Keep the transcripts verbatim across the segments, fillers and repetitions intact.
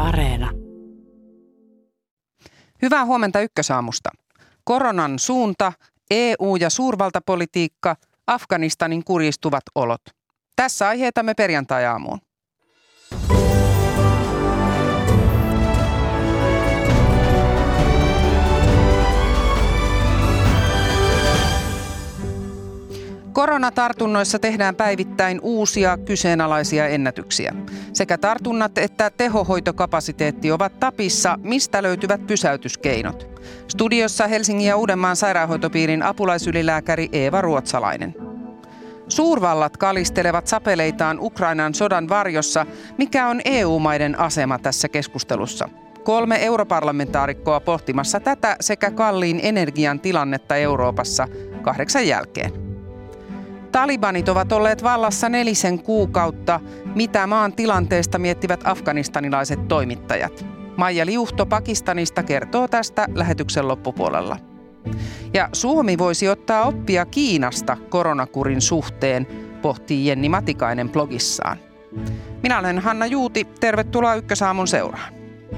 Areena. Hyvää huomenta Ykkösaamusta. Koronan suunta, E U- ja suurvaltapolitiikka, Afganistanin kurjistuvat olot. Tässä aiheetamme perjantai-aamuun. Koronatartunnoissa tehdään päivittäin uusia kyseenalaisia ennätyksiä. Sekä tartunnat että tehohoitokapasiteetti ovat tapissa, mistä löytyvät pysäytyskeinot. Studiossa Helsingin ja Uudenmaan sairaanhoitopiirin apulaisylilääkäri Eeva Ruotsalainen. Suurvallat kalistelevat sapeleitaan Ukrainan sodan varjossa, mikä on E U-maiden asema tässä keskustelussa. Kolme europarlamentaarikkoa pohtimassa tätä sekä kalliin energian tilannetta Euroopassa kahdeksan jälkeen. Talibanit ovat olleet vallassa nelisen kuukautta. Mitä maan tilanteesta miettivät afganistanilaiset toimittajat? Maija Liuhto Pakistanista kertoo tästä lähetyksen loppupuolella. Ja Suomi voisi ottaa oppia Kiinasta koronakurin suhteen, pohtii Jenni Matikainen blogissaan. Minä olen Hanna Juuti, tervetuloa Ykkösaamun seuraan.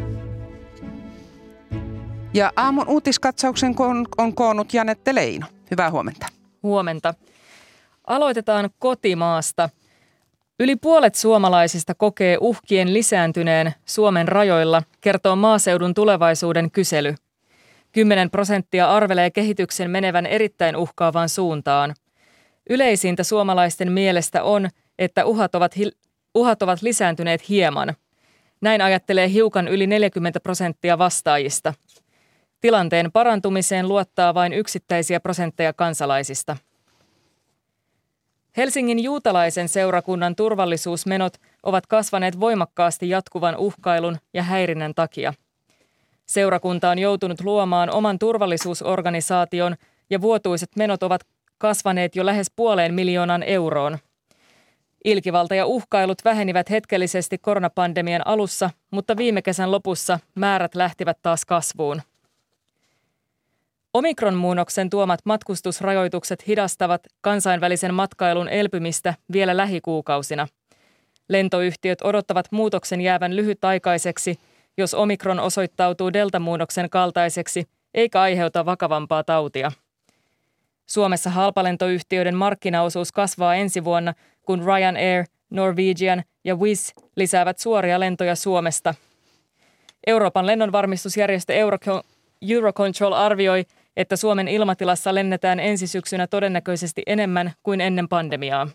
Ja aamun uutiskatsauksen on, on koonnut Janette Leino. Hyvää huomenta. Huomenta. Aloitetaan kotimaasta. Yli puolet suomalaisista kokee uhkien lisääntyneen Suomen rajoilla, kertoo Maaseudun tulevaisuuden kysely. Kymmenen prosenttia arvelee kehityksen menevän erittäin uhkaavaan suuntaan. Yleisintä suomalaisten mielestä on, että uhat ovat, hi- uhat ovat lisääntyneet hieman. Näin ajattelee hiukan yli neljäkymmentä prosenttia vastaajista. Tilanteen parantumiseen luottaa vain yksittäisiä prosentteja kansalaisista. Helsingin juutalaisen seurakunnan turvallisuusmenot ovat kasvaneet voimakkaasti jatkuvan uhkailun ja häirinnän takia. Seurakunta on joutunut luomaan oman turvallisuusorganisaation ja vuotuiset menot ovat kasvaneet jo lähes puoleen miljoonaan euroon. Ilkivalta ja uhkailut vähenivät hetkellisesti koronapandemian alussa, mutta viime kesän lopussa määrät lähtivät taas kasvuun. Omikron-muunnoksen tuomat matkustusrajoitukset hidastavat kansainvälisen matkailun elpymistä vielä lähikuukausina. Lentoyhtiöt odottavat muutoksen jäävän lyhytaikaiseksi, jos omikron osoittautuu deltamuunnoksen kaltaiseksi eikä aiheuta vakavampaa tautia. Suomessa halpalentoyhtiöiden markkinaosuus kasvaa ensi vuonna, kun Ryanair, Norwegian ja Wizz lisäävät suoria lentoja Suomesta. Euroopan lennonvarmistusjärjestö Eurocontrol arvioi, että Suomen ilmatilassa lennetään ensi syksynä todennäköisesti enemmän kuin ennen pandemiaa.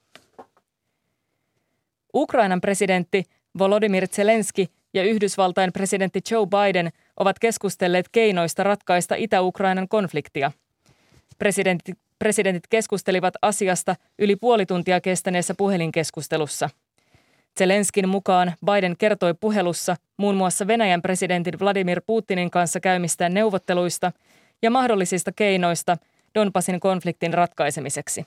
Ukrainan presidentti Volodymyr Zelenski ja Yhdysvaltain presidentti Joe Biden ovat keskustelleet keinoista ratkaista Itä-Ukrainan konfliktia. Presidentit, presidentit keskustelivat asiasta yli puoli tuntia kestäneessä puhelinkeskustelussa. Zelenskin mukaan Biden kertoi puhelussa muun muassa Venäjän presidentin Vladimir Putinin kanssa käymistään neuvotteluista ja mahdollisista keinoista Donbasin konfliktin ratkaisemiseksi.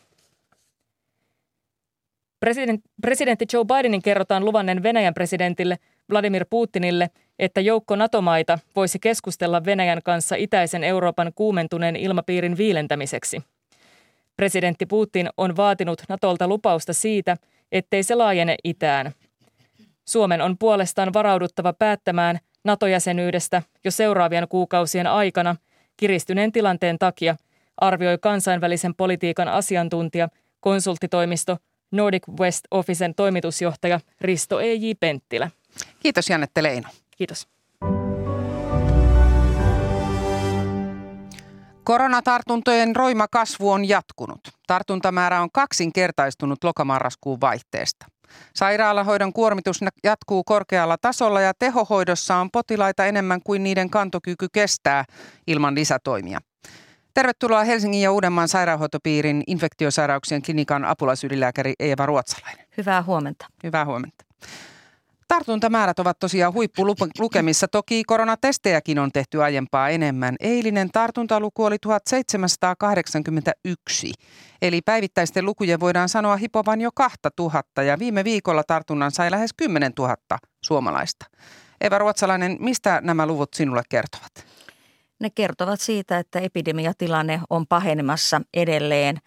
President, presidentti Joe Bidenin kerrotaan luvannen Venäjän presidentille Vladimir Putinille, että joukko NATO-maita voisi keskustella Venäjän kanssa itäisen Euroopan kuumentuneen ilmapiirin viilentämiseksi. Presidentti Putin on vaatinut NATOlta lupausta siitä, ettei se laajene itään. Suomen on puolestaan varauduttava päättämään NATO-jäsenyydestä jo seuraavien kuukausien aikana kiristyneen tilanteen takia, arvioi kansainvälisen politiikan asiantuntija, konsulttitoimisto Nordic West Officen toimitusjohtaja Risto E J Penttilä. Kiitos Janette Leino. Kiitos. Koronatartuntojen roima kasvu on jatkunut. Tartuntamäärä on kaksinkertaistunut lokamarraskuun vaihteesta. Sairaalahoidon kuormitus jatkuu korkealla tasolla ja tehohoidossa on potilaita enemmän kuin niiden kantokyky kestää ilman lisätoimia. Tervetuloa Helsingin ja Uudenmaan sairaanhoitopiirin infektiosairauksien klinikan apulaisylilääkäri Eeva Ruotsalainen. Hyvää huomenta. Hyvää huomenta. Tartuntamäärät ovat tosiaan huippulukemissa. Toki koronatestejäkin on tehty aiempaa enemmän. Eilinen tartuntaluku oli tuhatseitsemänsataakahdeksankymmentäyksi. Eli päivittäisten lukujen voidaan sanoa hipovan jo kaksituhatta. Ja viime viikolla tartunnan sai lähes kymmenentuhatta suomalaista. Eeva Ruotsalainen, mistä nämä luvut sinulle kertovat? Ne kertovat siitä, että epidemiatilanne on pahenemassa edelleen.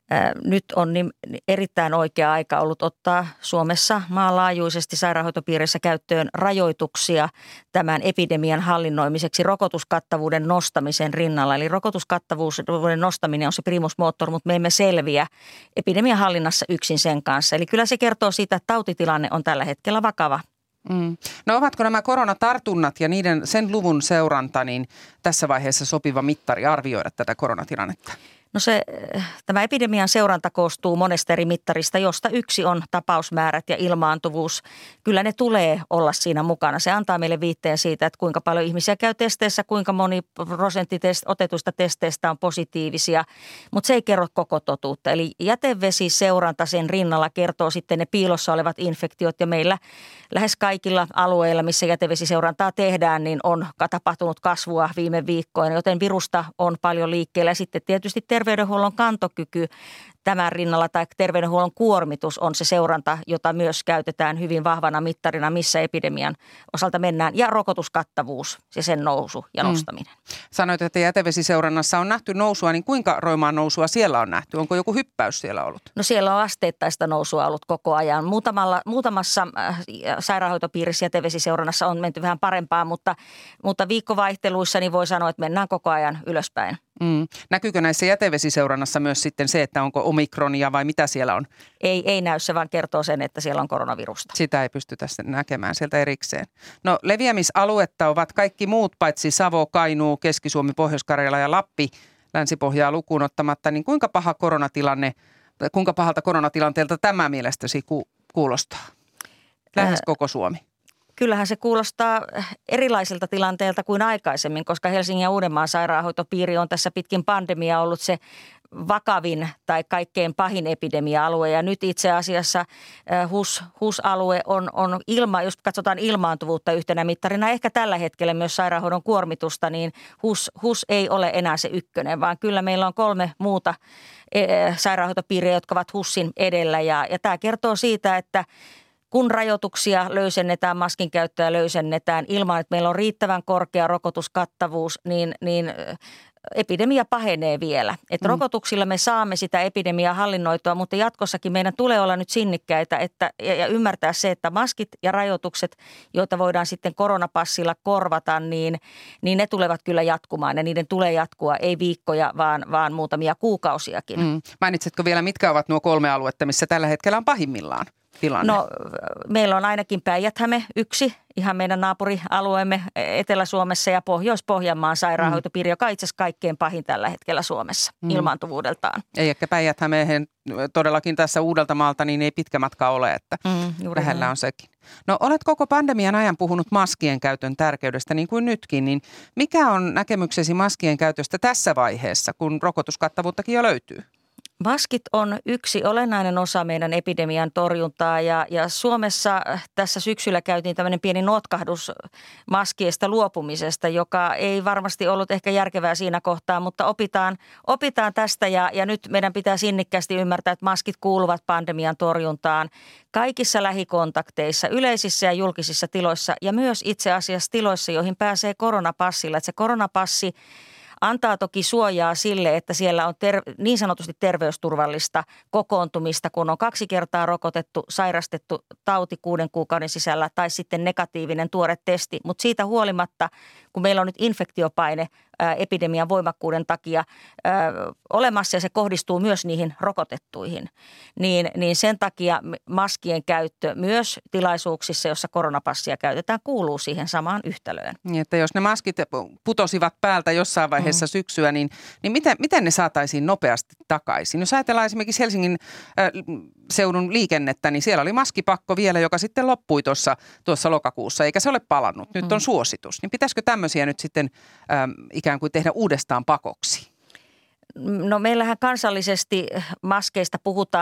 Nyt on niin erittäin oikea aika ollut ottaa Suomessa maanlaajuisesti sairaanhoitopiirissä käyttöön rajoituksia tämän epidemian hallinnoimiseksi rokotuskattavuuden nostamisen rinnalla. Eli rokotuskattavuuden nostaminen on se primus motor, mutta me emme selviä epidemian hallinnassa yksin sen kanssa. Eli kyllä se kertoo siitä, että tautitilanne on tällä hetkellä vakava. Mm. No ovatko nämä koronatartunnat ja niiden sen luvun seuranta niin tässä vaiheessa sopiva mittari arvioida tätä koronatilannetta? No se, tämä epidemian seuranta koostuu monesta eri mittarista, josta yksi on tapausmäärät ja ilmaantuvuus. Kyllä ne tulee olla siinä mukana. Se antaa meille viitteen siitä, että kuinka paljon ihmisiä käy testeissä, kuinka moni prosentti otetuista testeistä on positiivisia, mutta se ei kerro koko totuutta. Eli jätevesiseuranta sen rinnalla kertoo sitten ne piilossa olevat infektiot ja meillä lähes kaikilla alueilla, missä jätevesiseurantaa tehdään, niin on tapahtunut kasvua viime viikkoina, joten virusta on paljon liikkeellä. Ja sitten tietysti terveydenhuollon kantokyky tämän rinnalla tai terveydenhuollon kuormitus on se seuranta, jota myös käytetään hyvin vahvana mittarina, missä epidemian osalta mennään. Ja rokotuskattavuus ja sen nousu ja nostaminen. Mm. Sanoit, että jätevesiseurannassa on nähty nousua, niin kuinka roimaa nousua siellä on nähty? Onko joku hyppäys siellä ollut? No siellä on asteittaista nousua ollut koko ajan. Muutamalla, muutamassa äh, sairaanhoitopiirissä jätevesiseurannassa on menty vähän parempaan, mutta, mutta viikkovaihteluissa niin voi sanoa, että mennään koko ajan ylöspäin. Mm. Näkyykö näissä jätevesiseurannassa myös sitten se, että onko omikronia vai mitä siellä on? Ei, ei näy, se vaan kertoo sen, että siellä on koronavirusta. Sitä ei pystytä näkemään sieltä erikseen. No leviämisaluetta ovat kaikki muut paitsi Savo, Kainuu, Keski-Suomi, Pohjois-Karjala ja Lappi Länsi-Pohjaa lukuun ottamatta. Niin kuinka paha koronatilanne, kuinka pahalta koronatilanteelta tämä mielestäsi ku, kuulostaa? Lähes koko Suomi. Kyllähän se kuulostaa erilaiselta tilanteelta kuin aikaisemmin, koska Helsingin ja Uudenmaan sairaanhoitopiiri on tässä pitkin pandemiaa ollut se vakavin tai kaikkein pahin epidemia-alue. Ja nyt itse asiassa H U S, H U S-alue on, on ilma, jos katsotaan ilmaantuvuutta yhtenä mittarina, ehkä tällä hetkellä myös sairaanhoidon kuormitusta, niin H U S, H U S ei ole enää se ykkönen, vaan kyllä meillä on kolme muuta sairaanhoitopiiriä, jotka ovat H U Sin edellä. Ja, ja tämä kertoo siitä, että kun rajoituksia löysennetään, maskin käyttöä löysennetään ilman, että meillä on riittävän korkea rokotuskattavuus, niin, niin epidemia pahenee vielä. Että mm. rokotuksilla me saamme sitä epidemiaa hallinnoitua, mutta jatkossakin meidän tulee olla nyt sinnikkäitä että, ja, ja ymmärtää se, että maskit ja rajoitukset, joita voidaan sitten koronapassilla korvata, niin, niin ne tulevat kyllä jatkumaan ja niiden tulee jatkua, ei viikkoja, vaan, vaan muutamia kuukausiakin. Mm. Mainitsitko vielä, mitkä ovat nuo kolme aluetta, missä tällä hetkellä on pahimmillaan tilanne? No meillä on ainakin Päijät-Häme yksi, ihan meidän naapurialueemme Etelä-Suomessa ja Pohjois-Pohjanmaan sairaanhoitopiiri, joka on itse asiassa kaikkein pahin tällä hetkellä Suomessa mm. ilmaantuvuudeltaan. Ei ehkä Päijät-Hämeen todellakin tässä Uudeltamaalta niin ei pitkä matka ole, että mm, lähellä näin on sekin. No olet koko pandemian ajan puhunut maskien käytön tärkeydestä niin kuin nytkin, niin mikä on näkemyksesi maskien käytöstä tässä vaiheessa, kun rokotuskattavuuttakin jo löytyy? Maskit on yksi olennainen osa meidän epidemian torjuntaa ja, ja Suomessa tässä syksyllä käytiin tämmöinen pieni notkahdus maskieista luopumisesta, joka ei varmasti ollut ehkä järkevää siinä kohtaa, mutta opitaan, opitaan tästä ja, ja nyt meidän pitää sinnikkäästi ymmärtää, että maskit kuuluvat pandemian torjuntaan kaikissa lähikontakteissa, yleisissä ja julkisissa tiloissa ja myös itse asiassa tiloissa, joihin pääsee koronapassilla. Että se koronapassi antaa toki suojaa sille, että siellä on ter- niin sanotusti terveysturvallista kokoontumista, kun on kaksi kertaa rokotettu, sairastettu tauti kuuden kuukauden sisällä tai sitten negatiivinen tuore testi. Mutta siitä huolimatta, kun meillä on nyt infektiopaine ää, epidemian voimakkuuden takia ää, olemassa ja se kohdistuu myös niihin rokotettuihin, niin, niin sen takia maskien käyttö myös tilaisuuksissa, jossa koronapassia käytetään, kuuluu siihen samaan yhtälöön. Niin, että jos ne maskit putosivat päältä jossain vaiheessa mm. syksyä, niin, niin miten, miten ne saataisiin nopeasti takaisin? Jos ajatellaan esimerkiksi Helsingin äh, seudun liikennettä, niin siellä oli maskipakko vielä, joka sitten loppui tuossa, tuossa lokakuussa, eikä se ole palannut. Nyt mm. on suositus. Niin pitäisikö tämmöisiä nyt sitten ähm, ikään kuin tehdä uudestaan pakoksi? No meillähän kansallisesti maskeista puhutaan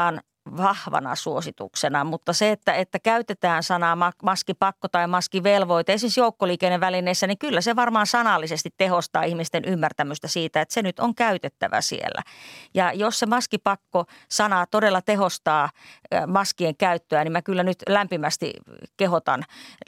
vahvana suosituksena, mutta se, että, että käytetään sanaa maskipakko tai maskivelvoite esimerkiksi joukkoliikennevälineissä, niin kyllä se varmaan sanallisesti tehostaa ihmisten ymmärtämystä siitä, että se nyt on käytettävä siellä. Ja jos se maskipakko-sana todella tehostaa maskien käyttöä, niin mä kyllä nyt lämpimästi kehotan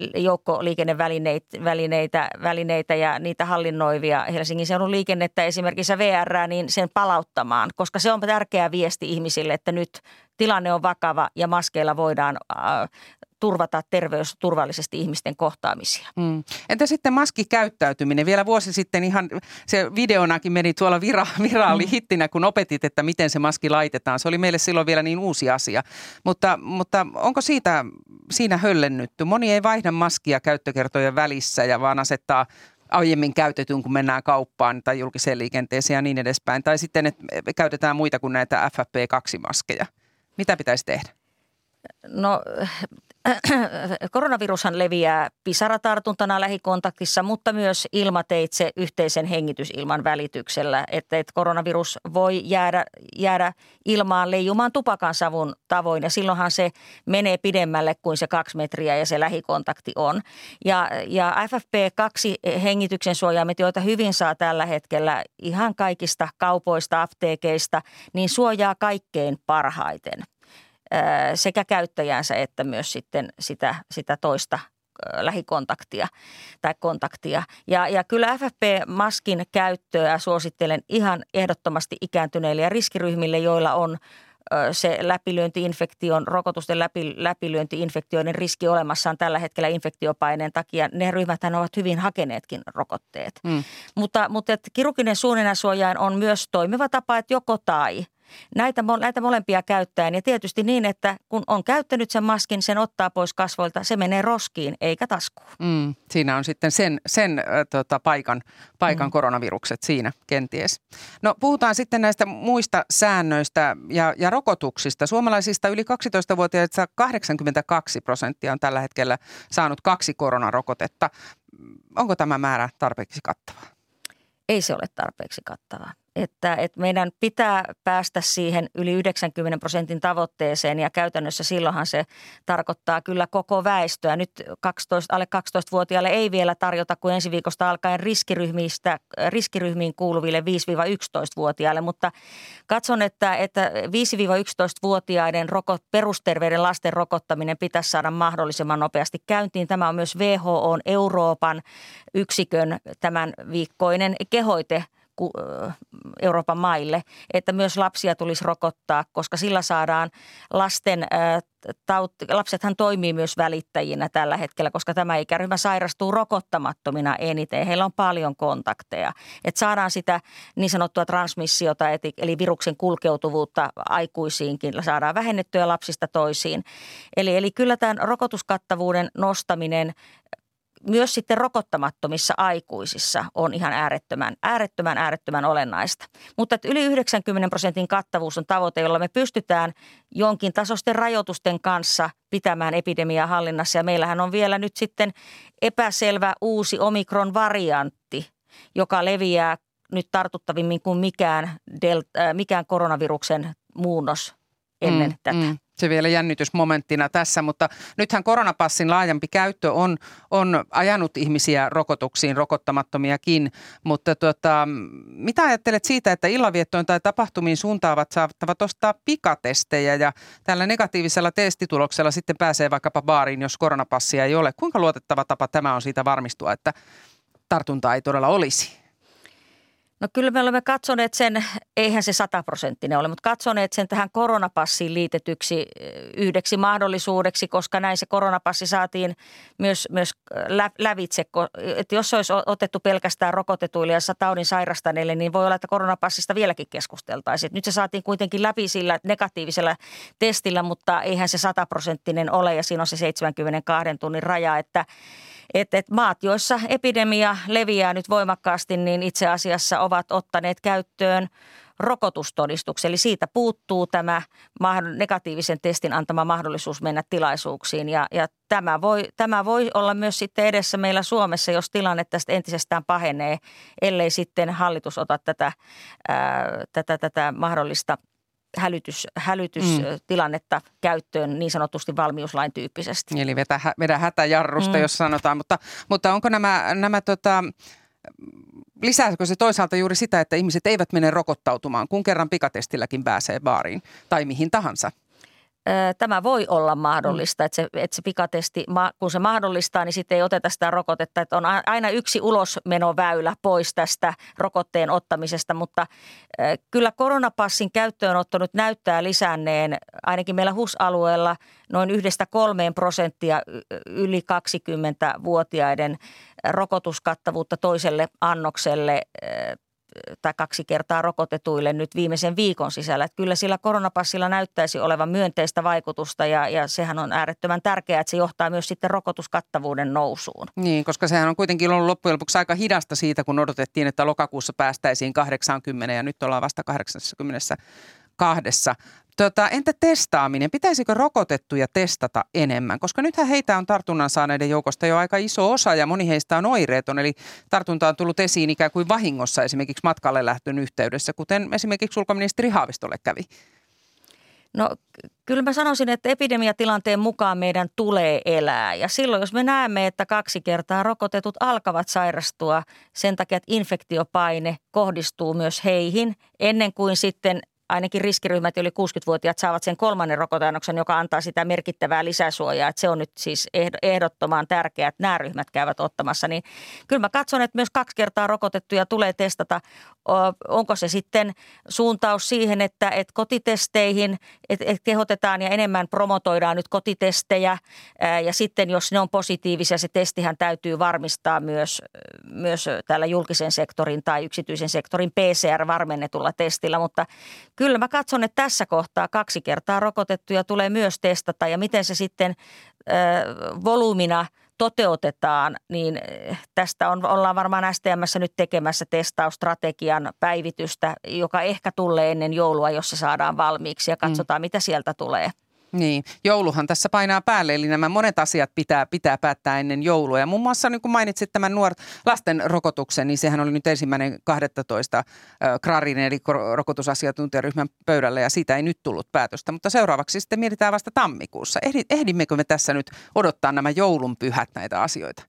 joukkoliikennevälineitä välineitä, välineitä ja niitä hallinnoivia Helsingin seudun liikennettä, esimerkiksi V R, niin sen palauttamaan, koska se on tärkeä viesti ihmisille, että nyt tilanne on vakava ja maskeilla voidaan äh, turvata terveys turvallisesti ihmisten kohtaamisia. Mm. Entä sitten maskikäyttäytyminen? Vielä vuosi sitten ihan se videonakin meni tuolla vira, viraali mm. hittinä, kun opetit, että miten se maski laitetaan. Se oli meille silloin vielä niin uusi asia. Mutta, mutta onko siitä, siinä höllennytty? Moni ei vaihda maskia käyttökertojen välissä ja vaan asettaa aiemmin käytetyn, kun mennään kauppaan tai julkiseen liikenteeseen ja niin edespäin. Tai sitten, että käytetään muita kuin näitä F F P kaksi -maskeja. Mitä pitäisi tehdä? No koronavirushan leviää pisaratartuntana lähikontaktissa, mutta myös ilmateitse yhteisen hengitysilman välityksellä. Että, että koronavirus voi jäädä, jäädä ilmaan leijumaan tupakansavun tavoin ja silloinhan se menee pidemmälle kuin se kaksi metriä ja se lähikontakti on. Ja, ja F F P kaksi -hengityksen suojaimet, joita hyvin saa tällä hetkellä ihan kaikista kaupoista, apteekeista, niin suojaa kaikkein parhaiten sekä käyttäjänsä että myös sitten sitä, sitä toista lähikontaktia tai kontaktia. Ja, ja kyllä F F P-maskin käyttöä suosittelen ihan ehdottomasti ikääntyneille ja riskiryhmille, joilla on se läpilyönti-infektion, rokotusten läpi, läpilyönti-infektioiden riski olemassaan tällä hetkellä infektiopaineen takia. Ne ryhmäthän ovat hyvin hakeneetkin rokotteet. Mm. Mutta, mutta kirurginen suunenäsuojain on myös toimiva tapa, että joko tai. Näitä, näitä molempia käyttäen ja tietysti niin, että kun on käyttänyt sen maskin, sen ottaa pois kasvoilta, se menee roskiin eikä taskuun. Mm, siinä on sitten sen, sen äh, tota, paikan, paikan mm. koronavirukset siinä kenties. No puhutaan sitten näistä muista säännöistä ja, ja rokotuksista. Suomalaisista yli kaksitoistavuotiaista kahdeksankymmentäkaksi prosenttia on tällä hetkellä saanut kaksi koronarokotetta. Onko tämä määrä tarpeeksi kattava? Ei se ole tarpeeksi kattava. Että, että meidän pitää päästä siihen yli yhdeksänkymmentä prosentin tavoitteeseen ja käytännössä silloinhan se tarkoittaa kyllä koko väestöä. Nyt kaksitoista, alle kaksitoistavuotiaille ei vielä tarjota kuin ensi viikosta alkaen riskiryhmistä, riskiryhmiin kuuluville viisi-yksitoistavuotiaille, mutta katson, että, että viisi-yksitoistavuotiaiden rokot, perusterveiden lasten rokottaminen pitäisi saada mahdollisimman nopeasti käyntiin. Tämä on myös W H O:n Euroopan yksikön tämän viikkoinen kehoite Euroopan maille, että myös lapsia tulisi rokottaa, koska sillä saadaan lasten, tauti, lapsethan toimii myös välittäjinä tällä hetkellä, koska tämä ikäryhmä sairastuu rokottamattomina eniten. Heillä on paljon kontakteja, että saadaan sitä niin sanottua transmissiota, eli viruksen kulkeutuvuutta aikuisiinkin saadaan vähennettyä lapsista toisiin. Eli, eli kyllä tämän rokotuskattavuuden nostaminen myös sitten rokottamattomissa aikuisissa on ihan äärettömän, äärettömän, äärettömän olennaista. Mutta että yli yhdeksänkymmentä prosentin kattavuus on tavoite, jolla me pystytään jonkin tasoisten rajoitusten kanssa pitämään epidemiaa hallinnassa. Ja meillähän on vielä nyt sitten epäselvä uusi omikron-variantti, joka leviää nyt tartuttavimmin kuin mikään, delta, äh, mikään koronaviruksen muunnos ennen mm, tätä. Mm. Se vielä jännitysmomenttina tässä, mutta nythän koronapassin laajempi käyttö on, on ajanut ihmisiä rokotuksiin, rokottamattomiakin. Mutta tuota, mitä ajattelet siitä, että illanviettoon tai tapahtumiin suuntaavat saattavat ostaa pikatestejä ja tällä negatiivisella testituloksella sitten pääsee vaikkapa baariin, jos koronapassia ei ole? Kuinka luotettava tapa tämä on siitä varmistua, että tartuntaa ei todella olisi? No kyllä me olemme katsoneet sen, eihän se sataprosenttinen ole, mutta katsoneet sen tähän koronapassiin liitetyksi yhdeksi mahdollisuudeksi, koska näin se koronapassi saatiin myös, myös lävitse. Että jos se olisi otettu pelkästään rokotetuille ja taudin sairastaneille, niin voi olla, että koronapassista vieläkin keskusteltaisiin. Nyt se saatiin kuitenkin läpi sillä negatiivisella testillä, mutta eihän se sataprosenttinen ole ja siinä on se seitsemänkymmentäkaksi tunnin raja, että Että et maat, joissa epidemia leviää nyt voimakkaasti, niin itse asiassa ovat ottaneet käyttöön rokotustodistuksen. Eli siitä puuttuu tämä negatiivisen testin antama mahdollisuus mennä tilaisuuksiin. Ja, ja tämä, voi, tämä voi olla myös sitten edessä meillä Suomessa, jos tilanne tästä entisestään pahenee, ellei sitten hallitus ota tätä, ää, tätä, tätä mahdollista hälytys, hälytystilannetta mm. käyttöön niin sanotusti valmiuslain tyyppisesti. Eli vetä, vedä hätäjarrusta, mm. jos sanotaan, mutta, mutta onko nämä, nämä tota, lisääkö se toisaalta juuri sitä, että ihmiset eivät mene rokottautumaan, kun kerran pikatestilläkin pääsee baariin tai mihin tahansa? Tämä voi olla mahdollista, että se, että se pikatesti, kun se mahdollistaa, niin sitten ei oteta sitä rokotetta. Että on aina yksi ulosmenoväylä pois tästä rokotteen ottamisesta, mutta kyllä koronapassin käyttöönotto nyt näyttää lisänneen ainakin meillä H U S-alueella noin yhdestä kolmeen prosenttia yli kaksikymmentävuotiaiden rokotuskattavuutta toiselle annokselle tai kaksi kertaa rokotetuille nyt viimeisen viikon sisällä. Että kyllä sillä koronapassilla näyttäisi olevan myönteistä vaikutusta ja, ja sehän on äärettömän tärkeää, että se johtaa myös sitten rokotuskattavuuden nousuun. Niin, koska sehän on kuitenkin ollut loppujen lopuksi aika hidasta siitä, kun odotettiin, että lokakuussa päästäisiin kahdeksankymmentä ja nyt ollaan vasta kahdeksankymmentäkaksi. Tota, entä testaaminen? Pitäisikö rokotettuja testata enemmän? Koska nythän heitä on tartunnan saaneiden joukosta jo aika iso osa ja moni heistä on oireeton. Eli tartunta on tullut esiin ikään kuin vahingossa esimerkiksi matkalle lähtön yhteydessä, kuten esimerkiksi ulkoministeri Haavistolle kävi. No kyllä mä sanoisin, että epidemiatilanteen mukaan meidän tulee elää ja silloin jos me näemme, että kaksi kertaa rokotetut alkavat sairastua sen takia, että infektiopaine kohdistuu myös heihin ennen kuin sitten ainakin riskiryhmät yli kuusikymmentävuotiaat saavat sen kolmannen rokoteannoksen, joka antaa sitä merkittävää lisäsuojaa. Että se on nyt siis ehdottoman tärkeää, että nämä ryhmät käyvät ottamassa. Niin kyllä mä katson, että myös kaksi kertaa rokotettuja tulee testata. Onko se sitten suuntaus siihen, että, että kotitesteihin että, että kehotetaan ja enemmän promotoidaan nyt kotitestejä. Ja sitten jos ne on positiivisia, se testihän täytyy varmistaa myös, myös tällä julkisen sektorin tai yksityisen sektorin P C R-varmennetulla testillä, mutta kyllä mä katson, että tässä kohtaa kaksi kertaa rokotettuja tulee myös testata ja miten se sitten äh, volyymina toteutetaan, niin tästä on, ollaan varmaan S T M:ssä nyt tekemässä testausstrategian päivitystä, joka ehkä tulee ennen joulua, jos se saadaan valmiiksi ja katsotaan, mm. mitä sieltä tulee. Niin, jouluhan tässä painaa päälle, eli nämä monet asiat pitää, pitää päättää ennen joulua. Ja muun muassa niin kun mainitsit tämän nuor lasten rokotuksen, niin sehän oli nyt ensimmäinen kahdestoista Krarin eli rokotusasiantuntijaryhmän pöydällä ja siitä ei nyt tullut päätöstä. Mutta seuraavaksi sitten mietitään vasta tammikuussa. Ehdimmekö me tässä nyt odottaa nämä joulunpyhät näitä asioita?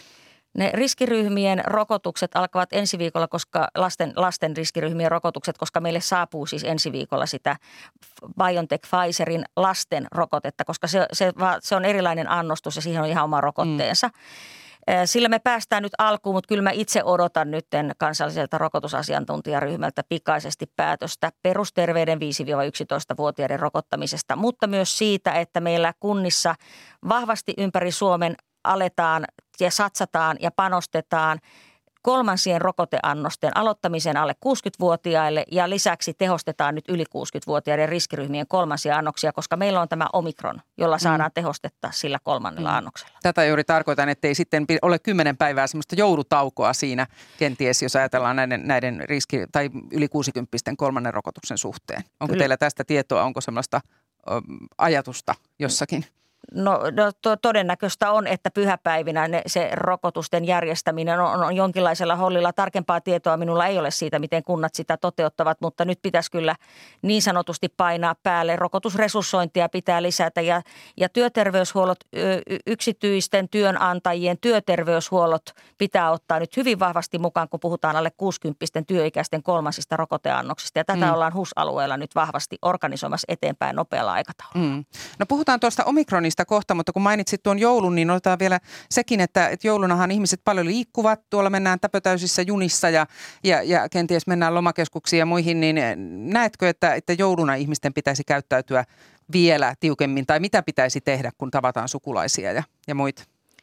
Ne riskiryhmien rokotukset alkavat ensi viikolla, koska lasten, lasten riskiryhmien rokotukset, koska meille saapuu siis ensi viikolla sitä BioNTech Pfizerin lasten rokotetta, koska se, se, se on erilainen annostus ja siihen on ihan oma rokotteensa. Mm. Sillä me päästään nyt alkuun, mutta kyllä mä itse odotan nyt kansalliselta rokotusasiantuntijaryhmältä pikaisesti päätöstä perusterveyden viisi–yksitoista-vuotiaiden rokottamisesta, mutta myös siitä, että meillä kunnissa vahvasti ympäri Suomen aletaan ja satsataan ja panostetaan kolmansien rokoteannosten aloittamiseen alle kuusikymmentävuotiaille ja lisäksi tehostetaan nyt yli kuusikymmentävuotiaiden riskiryhmien kolmansia annoksia, koska meillä on tämä Omikron, jolla saadaan mm. tehostetta sillä kolmannella mm. annoksella. Tätä juuri tarkoitan, että ei sitten ole kymmenen päivää semmoista joulutaukoa siinä kenties, jos ajatellaan näiden, näiden riski- tai yli kuusikymppisten kolmannen rokotuksen suhteen. Onko Kyllä. teillä tästä tietoa, onko semmoista ö, ajatusta jossakin? No, no to, todennäköistä on, että pyhäpäivinä ne, se rokotusten järjestäminen on, on jonkinlaisella hollilla. Tarkempaa tietoa minulla ei ole siitä, miten kunnat sitä toteuttavat, mutta nyt pitäisi kyllä niin sanotusti painaa päälle. Rokotusresurssointia pitää lisätä ja, ja työterveyshuollot, yksityisten työnantajien työterveyshuollot pitää ottaa nyt hyvin vahvasti mukaan, kun puhutaan alle kuusikymppisten työikäisten kolmansista rokoteannoksista. Ja tätä mm. ollaan H U S-alueella nyt vahvasti organisoimassa eteenpäin nopealla aikataululla. Mm. No puhutaan tuosta Omikronista kohta, mutta kun mainitsit tuon joulun, niin otetaan vielä sekin, että, että joulunahan ihmiset paljon liikkuvat. Tuolla mennään täpötäysissä junissa ja, ja, ja kenties mennään lomakeskuksiin ja muihin, niin näetkö, että, että jouluna ihmisten pitäisi käyttäytyä vielä tiukemmin tai mitä pitäisi tehdä, kun tavataan sukulaisia ja, ja muita?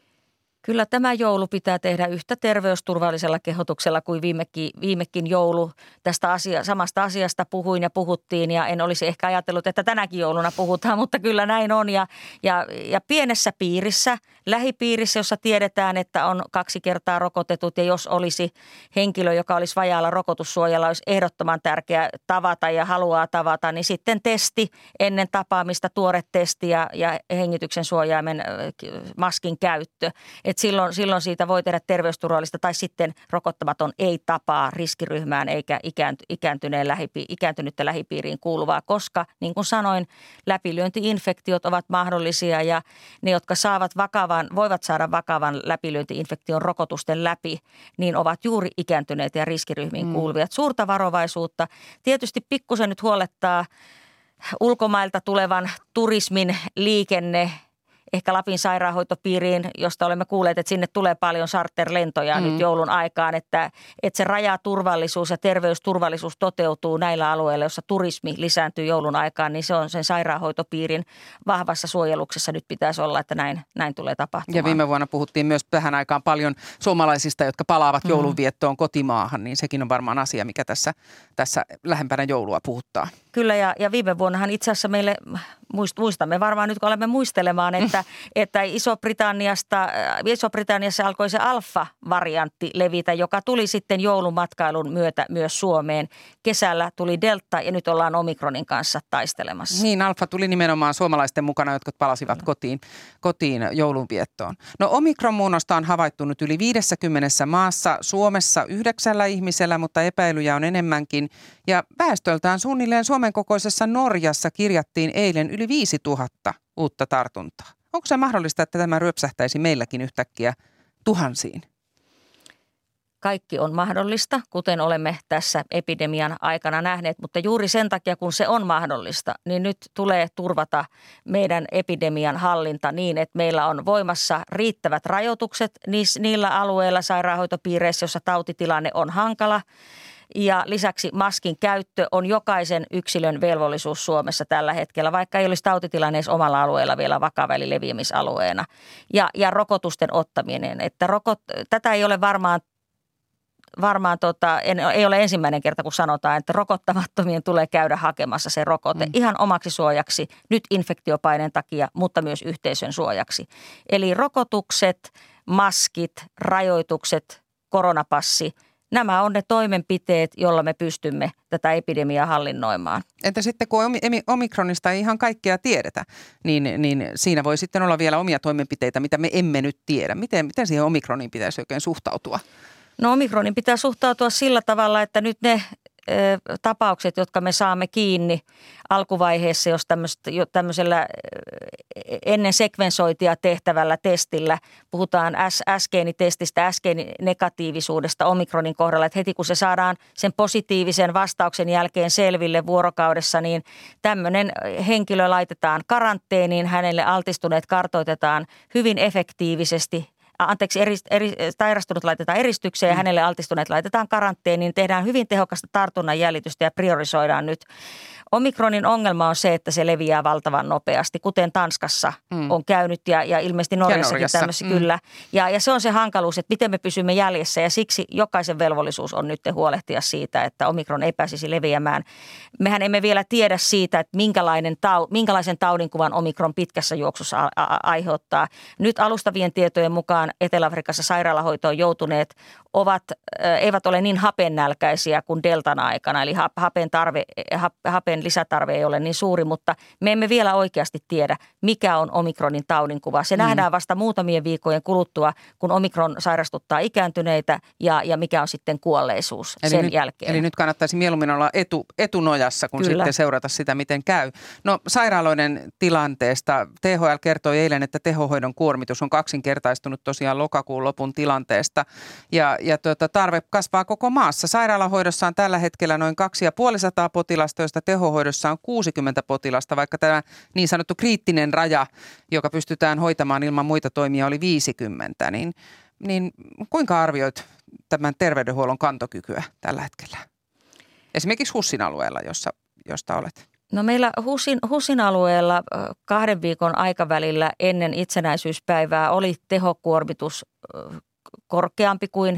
Kyllä tämä joulu pitää tehdä yhtä terveysturvallisella kehotuksella kuin viimekin, viimekin joulu. Tästä asia, samasta asiasta puhuin ja puhuttiin ja en olisi ehkä ajatellut, että tänäkin jouluna puhutaan, mutta kyllä näin on. Ja, ja, ja pienessä piirissä, lähipiirissä, jossa tiedetään, että on kaksi kertaa rokotetut ja jos olisi henkilö, joka olisi vajaalla rokotussuojalla, olisi ehdottoman tärkeää tavata ja haluaa tavata, niin sitten testi ennen tapaamista, tuore testi ja, ja hengityksen suojaimen maskin käyttö. että silloin, silloin siitä voi tehdä terveysturvallista tai sitten rokottamaton ei tapaa riskiryhmään eikä ikäänty, ikääntyneen lähipi, ikääntynyttä lähipiiriin kuuluvaa, koska niin kuin sanoin, läpilyönti-infektiot ovat mahdollisia ja ne, jotka saavat vakavan, voivat saada vakavan läpilyönti-infektion rokotusten läpi, niin ovat juuri ikääntyneitä ja riskiryhmiin mm. kuuluvia. Suurta varovaisuutta. Tietysti pikkusen nyt huolettaa ulkomailta tulevan turismin liikenne, ehkä Lapin sairaanhoitopiiriin, josta olemme kuulleet, että sinne tulee paljon charterlentoja mm. nyt joulun aikaan, että, että se rajaturvallisuus ja terveysturvallisuus toteutuu näillä alueilla, jossa turismi lisääntyy joulun aikaan, niin se on sen sairaanhoitopiirin vahvassa suojeluksessa nyt pitäisi olla, että näin, näin tulee tapahtumaan. Ja viime vuonna puhuttiin myös tähän aikaan paljon suomalaisista, jotka palaavat joulunviettoon kotimaahan, niin sekin on varmaan asia, mikä tässä, tässä lähempänä joulua puhuttaa. Kyllä ja, ja viime vuonnahan itse asiassa meille, muistamme varmaan nyt kun olemme muistelemaan, että, että Iso-Britanniasta, Iso-Britanniassa alkoi se alfa-variantti levitä, joka tuli sitten joulumatkailun myötä myös Suomeen. Kesällä tuli delta ja nyt ollaan omikronin kanssa taistelemassa. Niin, alfa tuli nimenomaan suomalaisten mukana, jotka palasivat no. kotiin, kotiin joulunviettoon. No omikron-muunnosta on havaittu nyt yli viidessäkymmenessä maassa, Suomessa yhdeksällä ihmisellä, mutta epäilyjä on enemmänkin. Ja väestöltään suunnilleen Suomen kokoisessa Norjassa kirjattiin eilen yli viisituhatta uutta tartuntaa. Onko se mahdollista, että tämä ryöpsähtäisi meilläkin yhtäkkiä tuhansiin? Kaikki on mahdollista, kuten olemme tässä epidemian aikana nähneet, mutta juuri sen takia, kun se on mahdollista, niin nyt tulee turvata meidän epidemian hallinta niin, että meillä on voimassa riittävät rajoitukset niillä alueilla sairaanhoitopiireissä, jossa tautitilanne on hankala. Ja lisäksi maskin käyttö on jokaisen yksilön velvollisuus Suomessa tällä hetkellä, vaikka ei olisi tautitilanne edes omalla alueella vielä vakava eli leviämisalueena. Ja, ja rokotusten ottaminen, että rokot, tätä ei ole varmaan, varmaan tota, en, ei ole ensimmäinen kerta, kun sanotaan, että rokottamattomien tulee käydä hakemassa se rokote mm. ihan omaksi suojaksi, nyt infektiopaineen takia, mutta myös yhteisön suojaksi. Eli rokotukset, maskit, rajoitukset, koronapassi. Nämä on ne toimenpiteet, joilla me pystymme tätä epidemiaa hallinnoimaan. Entä sitten kun omikronista ei ihan kaikkea tiedetä, niin, niin siinä voi sitten olla vielä omia toimenpiteitä, mitä me emme nyt tiedä. Miten, miten siihen omikroniin pitäisi oikein suhtautua? No omikronin pitää suhtautua sillä tavalla, että nyt ne ö, tapaukset, jotka me saamme kiinni alkuvaiheessa, jos tämmöisellä ennen sekvensointia tehtävällä testillä, puhutaan S-geenitestistä, S-geeninegatiivisuudesta omikronin kohdalla, että heti kun se saadaan sen positiivisen vastauksen jälkeen selville vuorokaudessa, niin tämmöinen henkilö laitetaan karanteeniin, hänelle altistuneet kartoitetaan hyvin efektiivisesti. Anteeksi, eri, eri, sairastunut laitetaan eristykseen ja hänelle altistuneet laitetaan karanteeniin. Tehdään hyvin tehokasta tartunnan jäljitystä ja priorisoidaan nyt. Omikronin ongelma on se, että se leviää valtavan nopeasti, kuten Tanskassa mm. on käynyt ja, ja ilmeisesti Norjassakin tämmöisiä mm. kyllä. Ja, ja se on se hankaluus, että miten me pysymme jäljessä ja siksi jokaisen velvollisuus on nyt huolehtia siitä, että omikron ei pääsisi leviämään. Mehän emme vielä tiedä siitä, että minkälainen tau, minkälaisen taudinkuvan omikron pitkässä juoksussa a- a- aiheuttaa. Nyt alustavien tietojen mukaan Etelä-Afrikassa sairaalahoitoon joutuneet ovat, äh, eivät ole niin hapennälkäisiä kuin deltan aikana, eli hapen, tarve, hapen lisätarve ei ole niin suuri, mutta me emme vielä oikeasti tiedä, mikä on omikronin taudinkuva. Se mm. nähdään vasta muutamien viikkojen kuluttua, kun omikron sairastuttaa ikääntyneitä ja, ja mikä on sitten kuolleisuus eli sen nyt, jälkeen. Eli nyt kannattaisi mieluummin olla etu, etunojassa, kun Kyllä. sitten seurata sitä, miten käy. No sairaaloiden tilanteesta T H L kertoi eilen, että tehohoidon kuormitus on kaksinkertaistunut tosiaan lokakuun lopun tilanteesta ja, ja tuota, tarve kasvaa koko maassa. Sairaalahoidossa on tällä hetkellä noin kaksisataaviisikymmentä potilasta, joista tehohoidossa on kuusikymmentä potilasta, vaikka tämä niin sanottu kriittinen raja, joka pystytään hoitamaan ilman muita toimia, oli viisikymmentä. Niin, niin kuinka arvioit tämän terveydenhuollon kantokykyä tällä hetkellä? Esimerkiksi HUSin alueella, jossa, josta olet. No meillä HUSin, HUSin alueella kahden viikon aikavälillä ennen itsenäisyyspäivää oli tehokuormitus korkeampi kuin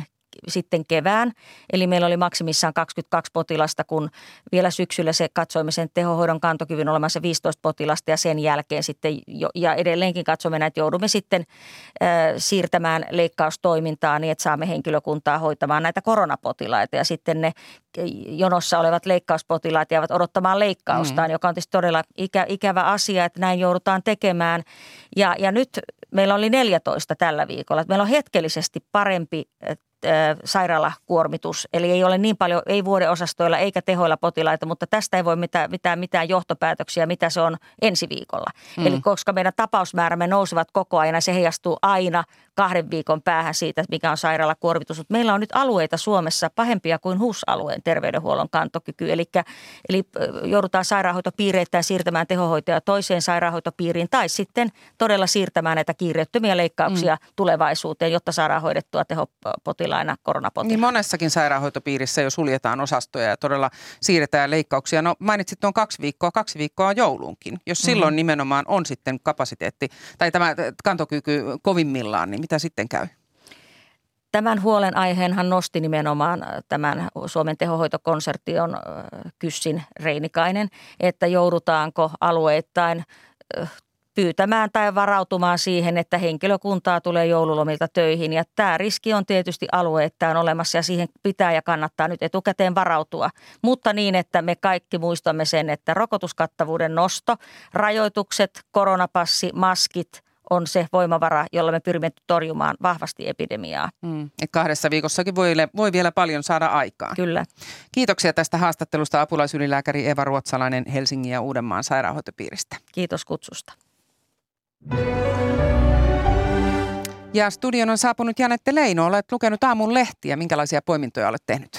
sitten kevään. Eli meillä oli maksimissaan kaksikymmentäkaksi potilasta, kun vielä syksyllä se katsoimme sen tehohoidon kantokyvyn olemassa viisitoista potilasta ja sen jälkeen sitten jo, ja edelleenkin katsomme näitä, joudumme sitten äh, siirtämään leikkaustoimintaa niin, että saamme henkilökuntaa hoitamaan näitä koronapotilaita ja sitten ne jonossa olevat leikkauspotilaat jäävät odottamaan leikkaustaan, mm. joka on tietysti todella ikä, ikävä asia, että näin joudutaan tekemään. Ja, ja nyt meillä oli neljätoista tällä viikolla. Meillä on hetkellisesti parempi sairaalakuormitus, eli ei ole niin paljon, ei vuodeosastoilla eikä tehoilla potilaita, mutta tästä ei voi mitään, mitään, mitään johtopäätöksiä, mitä se on ensi viikolla. Mm. Eli koska meidän tapausmäärämme nousevat koko ajan, se heijastuu aina kahden viikon päähän siitä, mikä on sairaalakuormitus. Mutta meillä on nyt alueita Suomessa pahempia kuin H U S-alueen terveydenhuollon kantokyky, eli, eli joudutaan sairaanhoitopiireittäin siirtämään tehohoitoja toiseen sairaanhoitopiiriin tai sitten todella siirtämään näitä kiireettömiä leikkauksia mm. tulevaisuuteen, jotta saadaan hoidettua tehopotilaina koronapotilaina. Niin monessakin sairaanhoitopiirissä jo suljetaan osastoja ja todella siirretään leikkauksia. No mainitsit tuon kaksi viikkoa, kaksi viikkoa jouluunkin. Jos silloin mm-hmm. nimenomaan on sitten kapasiteetti tai tämä kantokyky kovimmillaan, niin mitä sitten käy? Tämän huolenaiheenhan nosti nimenomaan tämän Suomen tehohoitokonsortion Kyssin Reinikainen, että joudutaanko alueittain pyytämään tai varautumaan siihen, että henkilökuntaa tulee joululomilta töihin. Ja tämä riski on tietysti alueittain olemassa ja siihen pitää ja kannattaa nyt etukäteen varautua. Mutta niin, että me kaikki muistamme sen, että rokotuskattavuuden nosto, rajoitukset, koronapassi, maskit on se voimavara, jolla me pyrimme torjumaan vahvasti epidemiaa. Mm. Kahdessa viikossakin voi, voi vielä paljon saada aikaan. Kyllä. Kiitoksia tästä haastattelusta apulaisylilääkäri Eva Ruotsalainen Helsingin ja Uudenmaan sairaanhoitopiiristä. Kiitos kutsusta. Ja studion on saapunut Janette Leino. Olet lukenut aamun lehtiä. Minkälaisia poimintoja olet tehnyt?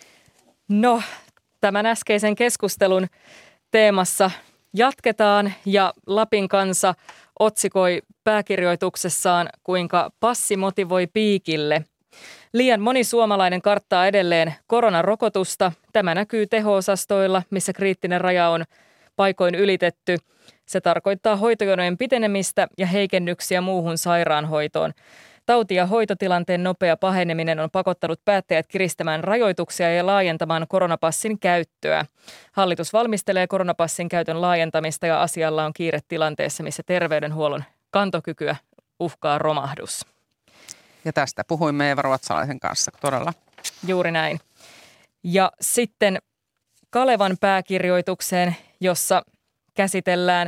No, tämän äskeisen keskustelun teemassa jatketaan ja Lapin Kansa otsikoi pääkirjoituksessaan, kuinka passi motivoi piikille. Liian moni suomalainen karttaa edelleen koronarokotusta. Tämä näkyy teho-osastoilla, missä kriittinen raja on paikoin ylitetty. Se tarkoittaa hoitojonojen pitenemistä ja heikennyksiä muuhun sairaanhoitoon. Tauti- ja hoitotilanteen nopea paheneminen on pakottanut päättäjät kiristämään rajoituksia ja laajentamaan koronapassin käyttöä. Hallitus valmistelee koronapassin käytön laajentamista ja asialla on kiire tilanteessa, missä terveydenhuollon kantokykyä uhkaa romahdus. Ja tästä puhuimme Eeva Ruotsalaisen kanssa todella. Juuri näin. Ja sitten Kalevan pääkirjoitukseen, jossa käsitellään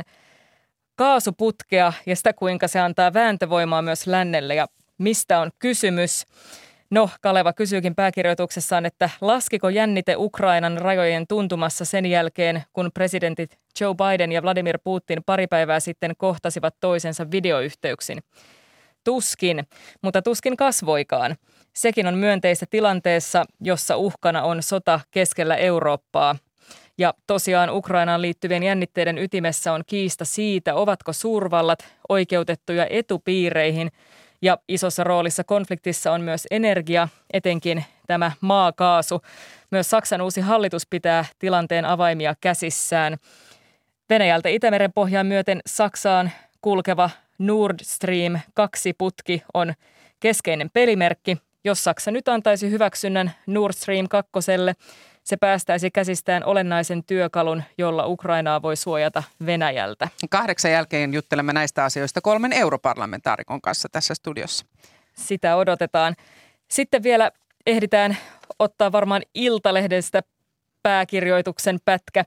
kaasuputkea ja sitä, kuinka se antaa vääntövoimaa myös lännelle ja mistä on kysymys. No, Kaleva kysyykin pääkirjoituksessaan, että laskiko jännite Ukrainan rajojen tuntumassa sen jälkeen, kun presidentit Joe Biden ja Vladimir Putin pari päivää sitten kohtasivat toisensa videoyhteyksin. Tuskin, mutta tuskin kasvoikaan. Sekin on myönteistä tilanteessa, jossa uhkana on sota keskellä Eurooppaa. Ja tosiaan Ukrainaan liittyvien jännitteiden ytimessä on kiista siitä, ovatko suurvallat oikeutettuja etupiireihin. Ja isossa roolissa konfliktissa on myös energia, etenkin tämä maakaasu. Myös Saksan uusi hallitus pitää tilanteen avaimia käsissään. Venäjältä Itämeren pohjaan myöten Saksaan kulkeva Nord Stream kaksi putki on keskeinen pelimerkki. Jos Saksa nyt antaisi hyväksynnän Nord Stream kakkoselle, se päästäisi käsistään olennaisen työkalun, jolla Ukrainaa voi suojata Venäjältä. Kahdeksan jälkeen juttelemme näistä asioista kolmen europarlamentaarikon kanssa tässä studiossa. Sitä odotetaan. Sitten vielä ehditään ottaa varmaan Iltalehdestä pääkirjoituksen pätkä.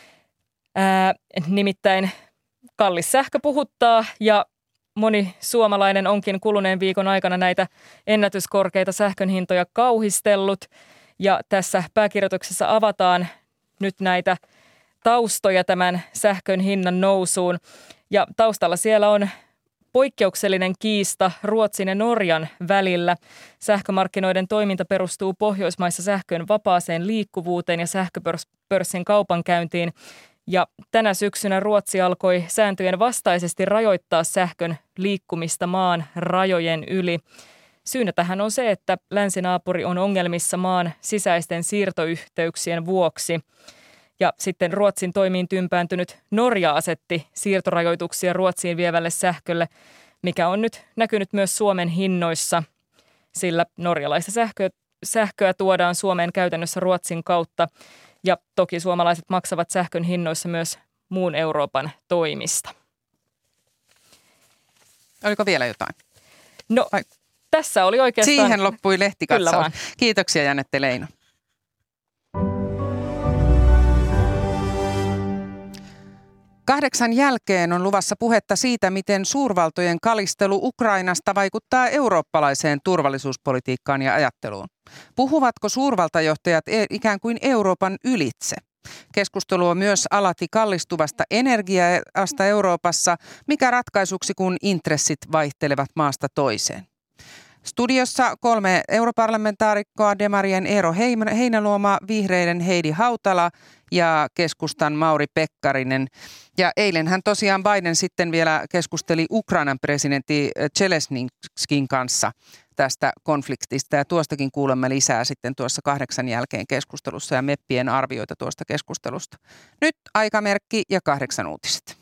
Ää, nimittäin kallis sähkö puhuttaa ja moni suomalainen onkin kuluneen viikon aikana näitä ennätyskorkeita sähkön hintoja kauhistellut. Ja tässä pääkirjoituksessa avataan nyt näitä taustoja tämän sähkön hinnan nousuun. Ja taustalla siellä on poikkeuksellinen kiista Ruotsin ja Norjan välillä. Sähkömarkkinoiden toiminta perustuu Pohjoismaissa sähkön vapaaseen liikkuvuuteen ja sähköpörssin kaupankäyntiin. Ja tänä syksynä Ruotsi alkoi sääntöjen vastaisesti rajoittaa sähkön liikkumista maan rajojen yli. Syynä tähän on se, että länsinaapuri on ongelmissa maan sisäisten siirtoyhteyksien vuoksi. Ja sitten Ruotsin toimiin tympääntynyt Norja asetti siirtorajoituksia Ruotsiin vievälle sähkölle, mikä on nyt näkynyt myös Suomen hinnoissa, sillä norjalaista sähköä sähköä tuodaan Suomeen käytännössä Ruotsin kautta ja toki suomalaiset maksavat sähkön hinnoissa myös muun Euroopan toimista. Oliko vielä jotain? No Vai? Tässä oli oikeastaan... Siihen loppui lehtikatsaus. Kyllä Kiitoksia Janette Leino. Kahdeksan jälkeen on luvassa puhetta siitä, miten suurvaltojen kalistelu Ukrainasta vaikuttaa eurooppalaiseen turvallisuuspolitiikkaan ja ajatteluun. Puhuvatko suurvaltajohtajat ikään kuin Euroopan ylitse? Keskustelu on myös alati kallistuvasta energiasta Euroopassa, mikä ratkaisuksi kun intressit vaihtelevat maasta toiseen. Studiossa kolme europarlamentaarikkoa, demarien Eero Heinäluoma, vihreiden Heidi Hautala ja keskustan Mauri Pekkarinen. Ja eilenhän tosiaan Biden sitten vielä keskusteli Ukrainan presidentti Zelenskin kanssa tästä konfliktista. Ja tuostakin kuulemme lisää sitten tuossa kahdeksan jälkeen keskustelussa ja meppien arvioita tuosta keskustelusta. Nyt aikamerkki ja kahdeksan uutiset.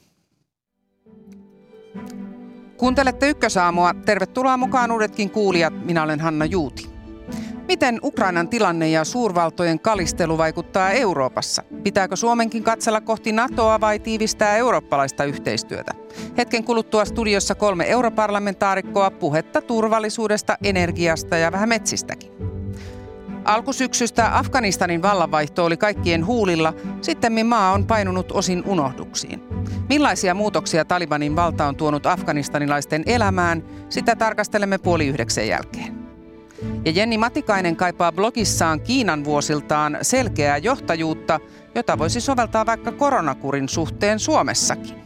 Kuuntelette Ykkösaamua. Tervetuloa mukaan uudetkin kuulijat. Minä olen Hanna Juuti. Miten Ukrainan tilanne ja suurvaltojen kalistelu vaikuttaa Euroopassa? Pitääkö Suomenkin katsella kohti NATOa vai tiivistää eurooppalaista yhteistyötä? Hetken kuluttua studiossa kolme europarlamentaarikkoa, puhetta turvallisuudesta, energiasta ja vähän metsistäkin. Alkusyksystä Afganistanin vallanvaihto oli kaikkien huulilla, sittemmin maa on painunut osin unohduksiin. Millaisia muutoksia Talibanin valta on tuonut afganistanilaisten elämään, sitä tarkastelemme puoli yhdeksän jälkeen. Ja Jenni Matikainen kaipaa blogissaan Kiinan vuosiltaan selkeää johtajuutta, jota voisi soveltaa vaikka koronakurin suhteen Suomessakin.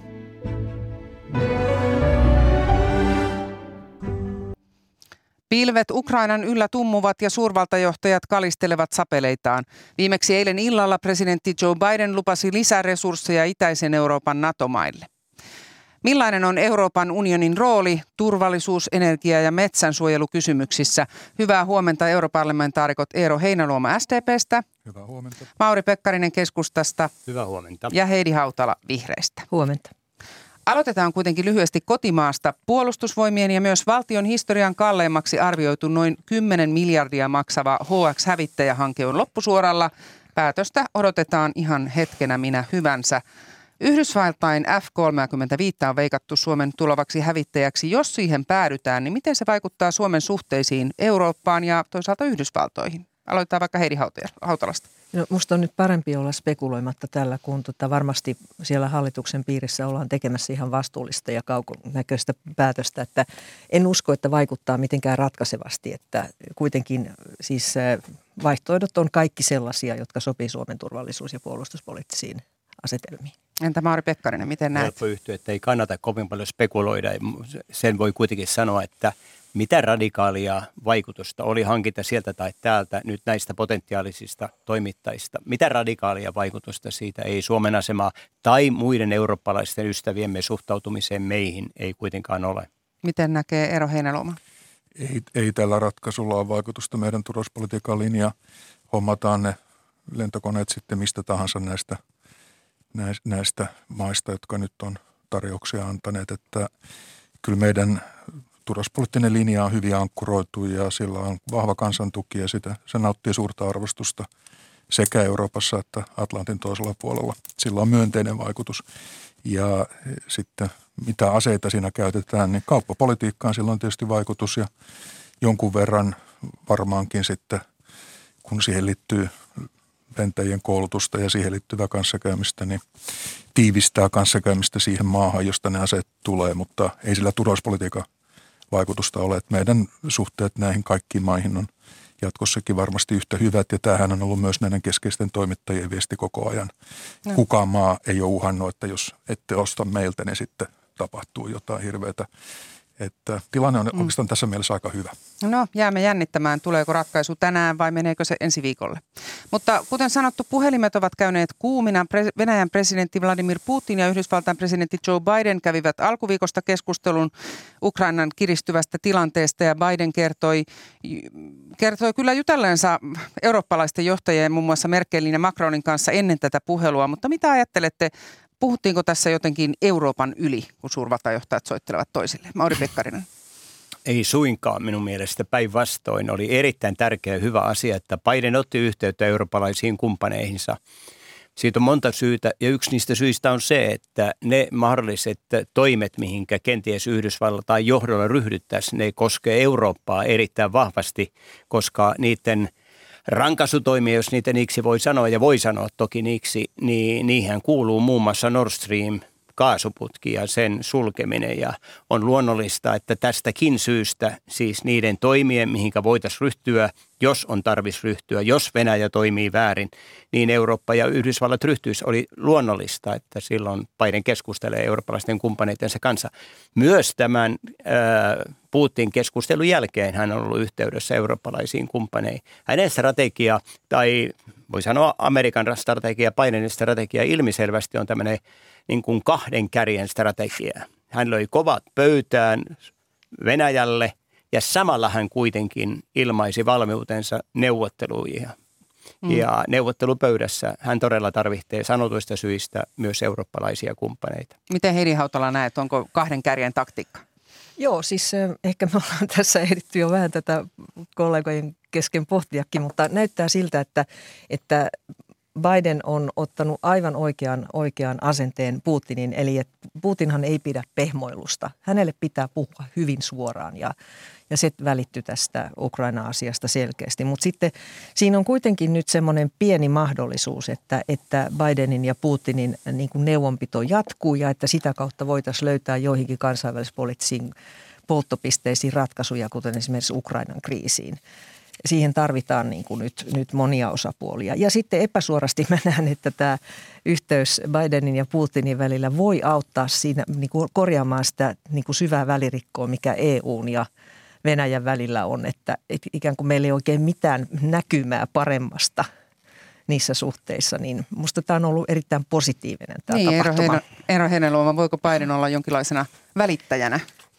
Pilvet Ukrainan yllä tummuvat ja suurvaltajohtajat kalistelevat sapeleitaan. Viimeksi eilen illalla presidentti Joe Biden lupasi lisäresursseja itäisen Euroopan NATO-maille. Millainen on Euroopan unionin rooli turvallisuus-, energia- ja metsänsuojelukysymyksissä? Hyvää huomenta europarlamentaarikot Eero Heinäluoma S D P:stä. Hyvää huomenta. Mauri Pekkarinen keskustasta. Hyvää huomenta. Ja Heidi Hautala vihreistä. Huomenta. Aloitetaan kuitenkin lyhyesti kotimaasta. Puolustusvoimien ja myös valtion historian kalleimmaksi arvioitu noin kymmenen miljardia maksava H X-hävittäjähanke on loppusuoralla. Päätöstä odotetaan ihan hetkenä minä hyvänsä. Yhdysvaltain F kolmekymmentäviisi on veikattu Suomen tulevaksi hävittäjäksi. Jos siihen päädytään, niin miten se vaikuttaa Suomen suhteisiin Eurooppaan ja toisaalta Yhdysvaltoihin? Aloitetaan vaikka Heidi Hautalasta. No, musta on nyt parempi olla spekuloimatta tällä, kun tota varmasti siellä hallituksen piirissä ollaan tekemässä ihan vastuullista ja kaukonäköistä päätöstä. Että en usko, että vaikuttaa mitenkään ratkaisevasti, että kuitenkin siis vaihtoehdot on kaikki sellaisia, jotka sopii Suomen turvallisuus- ja puolustuspoliittisiin asetelmiin. Entä Mauri Pekkarinen, miten näet? Helppo yhtyä, että ei kannata kovin paljon spekuloida. Sen voi kuitenkin sanoa, että mitä radikaalia vaikutusta oli hankinta sieltä tai täältä nyt näistä potentiaalisista toimittajista? Mitä radikaalia vaikutusta siitä ei Suomen asemaa tai muiden eurooppalaisten ystäviemme suhtautumiseen meihin ei kuitenkaan ole? Miten näkee Eero Heinäluoma? Ei, ei tällä ratkaisulla ole vaikutusta meidän turvallisuuspolitiikan linjaan. Hommataan ne lentokoneet sitten mistä tahansa näistä, näistä maista, jotka nyt on tarjouksia antaneet. Että kyllä meidän turvallisuuspoliittinen linja on hyvin ankkuroitu ja sillä on vahva kansantuki ja sitä, se nauttii suurta arvostusta sekä Euroopassa että Atlantin toisella puolella. Sillä on myönteinen vaikutus ja sitten mitä aseita siinä käytetään, niin kauppapolitiikkaan sillä on tietysti vaikutus ja jonkun verran varmaankin sitten, kun siihen liittyy lentäjien koulutusta ja siihen liittyvää kanssakäymistä, niin tiivistää kanssakäymistä siihen maahan, josta ne aseet tulee, mutta ei sillä turvallisuuspolitiikan vaikutusta ole, että meidän suhteet näihin kaikkiin maihin on jatkossakin varmasti yhtä hyvät ja tämähän on ollut myös näiden keskeisten toimittajien viesti koko ajan. No. Kukaan maa ei ole uhannut, että jos ette osta meiltä, niin sitten tapahtuu jotain hirveätä. Että tilanne on mm. oikeastaan tässä mielessä aika hyvä. No, jäämme jännittämään, tuleeko ratkaisu tänään vai meneekö se ensi viikolle. Mutta kuten sanottu, puhelimet ovat käyneet kuumina. Venäjän presidentti Vladimir Putin ja Yhdysvaltain presidentti Joe Biden kävivät alkuviikosta keskustelun Ukrainan kiristyvästä tilanteesta ja Biden kertoi, kertoi kyllä jutelleensa eurooppalaisten johtajien, muun muassa Merkelin ja Macronin kanssa ennen tätä puhelua. Mutta mitä ajattelette? Puhuttiinko tässä jotenkin Euroopan yli, kun suurvaltajohtajat soittelevat toisille? Mauri Pekkarinen. Ei suinkaan minun mielestä, päinvastoin. Oli erittäin tärkeä ja hyvä asia, että Biden otti yhteyttä eurooppalaisiin kumppaneihinsa. Siitä on monta syytä ja yksi niistä syistä on se, että ne mahdolliset toimet, mihinkä kenties Yhdysvaltain johdolla ryhdyttäisiin, ne koskee Eurooppaa erittäin vahvasti, koska niiden rankaisutoimia, jos niitä niiksi voi sanoa ja voi sanoa toki niiksi, niin niihin kuuluu muun muassa Nord Stream kaasuputki ja sen sulkeminen ja on luonnollista, että tästäkin syystä siis niiden toimien, mihinkä voitaisiin ryhtyä, jos on tarvis ryhtyä, jos Venäjä toimii väärin, niin Eurooppa ja Yhdysvallat ryhtyisi. Oli luonnollista, että silloin Biden keskustelee eurooppalaisten kumppaneitensa kanssa. Myös tämän äh, Putin keskustelun jälkeen hän on ollut yhteydessä eurooppalaisiin kumppaneihin. Hänen strategia tai voi sanoa Amerikan strategia, Bidenin strategia ilmiselvästi on tämmöinen niin kuin kahden kärjen strategia. Hän löi kovat pöytään Venäjälle ja samalla hän kuitenkin ilmaisi valmiutensa neuvotteluihin. Mm. Ja neuvottelupöydässä hän todella tarvitsee sanotuista syistä myös eurooppalaisia kumppaneita. Miten Heidi Hautala näet, onko kahden kärjen taktiikka? Joo, siis ehkä me ollaan tässä ehditty jo vähän tätä kollegojen kesken pohtiakin, mutta näyttää siltä, että, että Biden on ottanut aivan oikean, oikean asenteen Putinin, eli että Putinhan ei pidä pehmoilusta. Hänelle pitää puhua hyvin suoraan ja, ja se välittyy tästä Ukraina-asiasta selkeästi. Mutta sitten siinä on kuitenkin nyt semmoinen pieni mahdollisuus, että, että Bidenin ja Putinin niin kuin neuvonpito jatkuu ja että sitä kautta voitaisiin löytää joihinkin kansainvälispoliittisiin polttopisteisiin ratkaisuja, kuten esimerkiksi Ukrainan kriisiin. Siihen tarvitaan niin kuin nyt, nyt monia osapuolia. Ja sitten epäsuorasti mä näen, että tämä yhteys Bidenin ja Putinin välillä voi auttaa siinä niin kuin korjaamaan sitä niin kuin syvää välirikkoa, mikä E U:n ja Venäjän välillä on. Että ikään kuin meillä ei oikein mitään näkymää paremmasta niissä suhteissa, niin musta tämä on ollut erittäin positiivinen tämä niin, tapahtuma. Eero Heinäluoma, voiko Biden olla jonkinlaisena välittäjänä?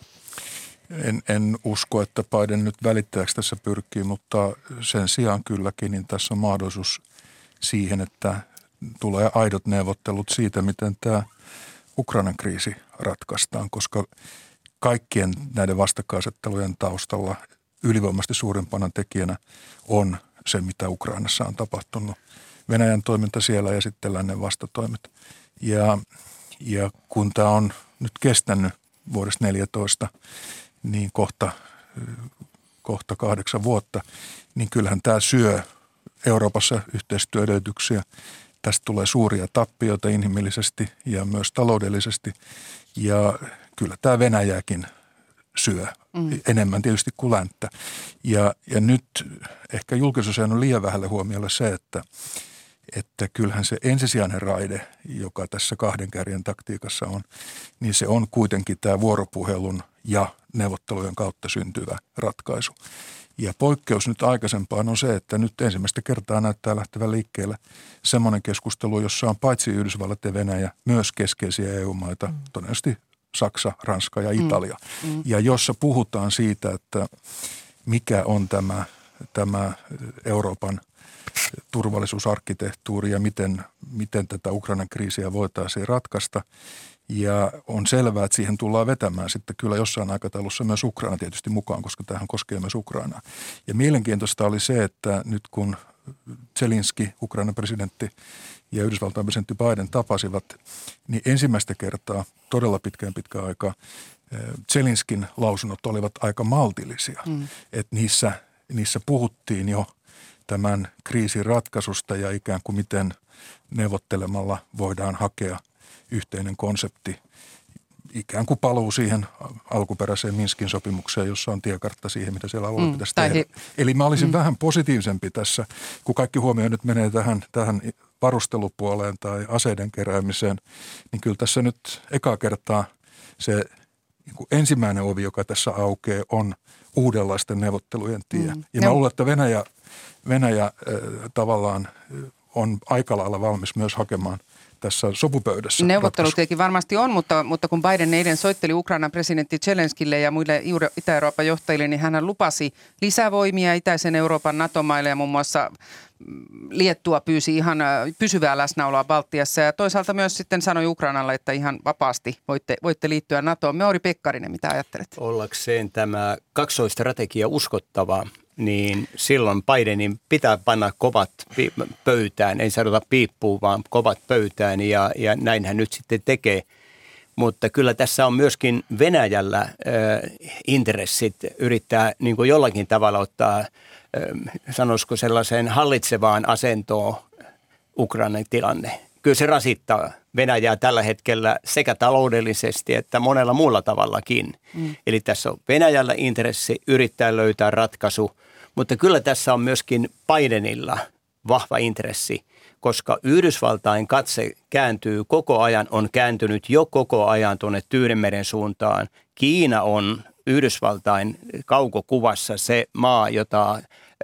En, en usko, että Biden nyt välittäjäksi tässä pyrkii, mutta sen sijaan kylläkin, niin tässä on mahdollisuus siihen, että tulee aidot neuvottelut siitä, miten tämä Ukrainan kriisi ratkaistaan, koska kaikkien näiden vastakkainasettelujen taustalla ylivoimaisesti suurimpana tekijänä on se, mitä Ukrainassa on tapahtunut. Venäjän toiminta siellä ja sitten lännen vastatoimet. Ja, ja kun tämä on nyt kestänyt vuodesta neljätoista, niin kohta, kohta kahdeksan vuotta, niin kyllähän tämä syö Euroopassa yhteistyöedellytyksiä. Tästä tulee suuria tappioita inhimillisesti ja myös taloudellisesti. Ja kyllä tämä Venäjääkin syö mm. enemmän tietysti kuin länttä. Ja, ja nyt ehkä julkisuus on liian vähälle huomiolle se, että, että kyllähän se ensisijainen raide, joka tässä kahden kärjen taktiikassa on, niin se on kuitenkin tämä vuoropuhelun ja neuvottelujen kautta syntyvä ratkaisu. Ja poikkeus nyt aikaisempaan on se, että nyt ensimmäistä kertaa näyttää lähtevän liikkeelle semmoinen keskustelu, jossa on paitsi Yhdysvallat ja Venäjä, myös keskeisiä E U-maita, mm. todennäköisesti Saksa, Ranska ja Italia. Mm. Mm. Ja jossa puhutaan siitä, että mikä on tämä, tämä Euroopan turvallisuusarkkitehtuuri ja miten, miten tätä Ukrainan kriisiä voitaisiin ratkaista. Ja on selvää, että siihen tullaan vetämään sitten kyllä jossain aikataulussa myös Ukraina tietysti mukaan, koska tämähän koskee myös Ukrainaa. Ja mielenkiintoista oli se, että nyt kun Zelenski, Ukrainan presidentti ja Yhdysvaltain presidentti Biden tapasivat, niin ensimmäistä kertaa todella pitkään pitkään aikaa Zelenskin lausunnot olivat aika maltillisia. Mm. Että niissä, niissä puhuttiin jo tämän kriisin ratkaisusta ja ikään kuin miten neuvottelemalla voidaan hakea yhteinen konsepti, ikään kuin paluu siihen alkuperäiseen Minskin sopimukseen, jossa on tiekartta siihen, mitä siellä alueella mm, pitäisi tehdä. He... Eli mä olisin mm. vähän positiivisempi tässä, kun kaikki huomio nyt menee tähän, tähän varustelupuoleen tai aseiden keräämiseen, niin kyllä tässä nyt eka kertaa se niin kuin ensimmäinen ovi, joka tässä aukeaa, on uudenlaisten neuvottelujen tie. Mm. Ja mä luulen, että Venäjä, Venäjä äh, tavallaan on aika lailla valmis myös hakemaan tässä sopupöydässä. Neuvottelutiakin varmasti on, mutta, mutta kun Biden eilen soitteli Ukrainan presidentti Zelenskille ja muille Itä-Euroopan johtajille, niin hän lupasi lisävoimia itäisen Euroopan NATO-maille ja muun muassa Liettua pyysi ihan pysyvää läsnäoloa Baltiassa ja toisaalta myös sitten sanoi Ukrainalle, että ihan vapaasti voitte, voitte liittyä NATOon. Mauri Pekkarinen, mitä ajattelet? Ollakseen tämä kaksoistrategia uskottava, niin silloin Bidenin pitää panna kovat pöytään, ei sanota piippuun, vaan kovat pöytään ja, ja näin hän nyt sitten tekee. Mutta kyllä tässä on myöskin Venäjällä äh, intressit yrittää niin kuin jollakin tavalla ottaa, äh, sanoisiko sellaiseen hallitsevaan asentoon Ukrainan tilanne. Kyllä se rasittaa Venäjää tällä hetkellä sekä taloudellisesti että monella muulla tavallakin. Mm. Eli tässä on Venäjällä intressi yrittää löytää ratkaisu, mutta kyllä tässä on myöskin Bidenilla vahva intressi, koska Yhdysvaltain katse kääntyy koko ajan, on kääntynyt jo koko ajan tuonne Tyynenmeren suuntaan. Kiina on Yhdysvaltain kaukokuvassa se maa, jota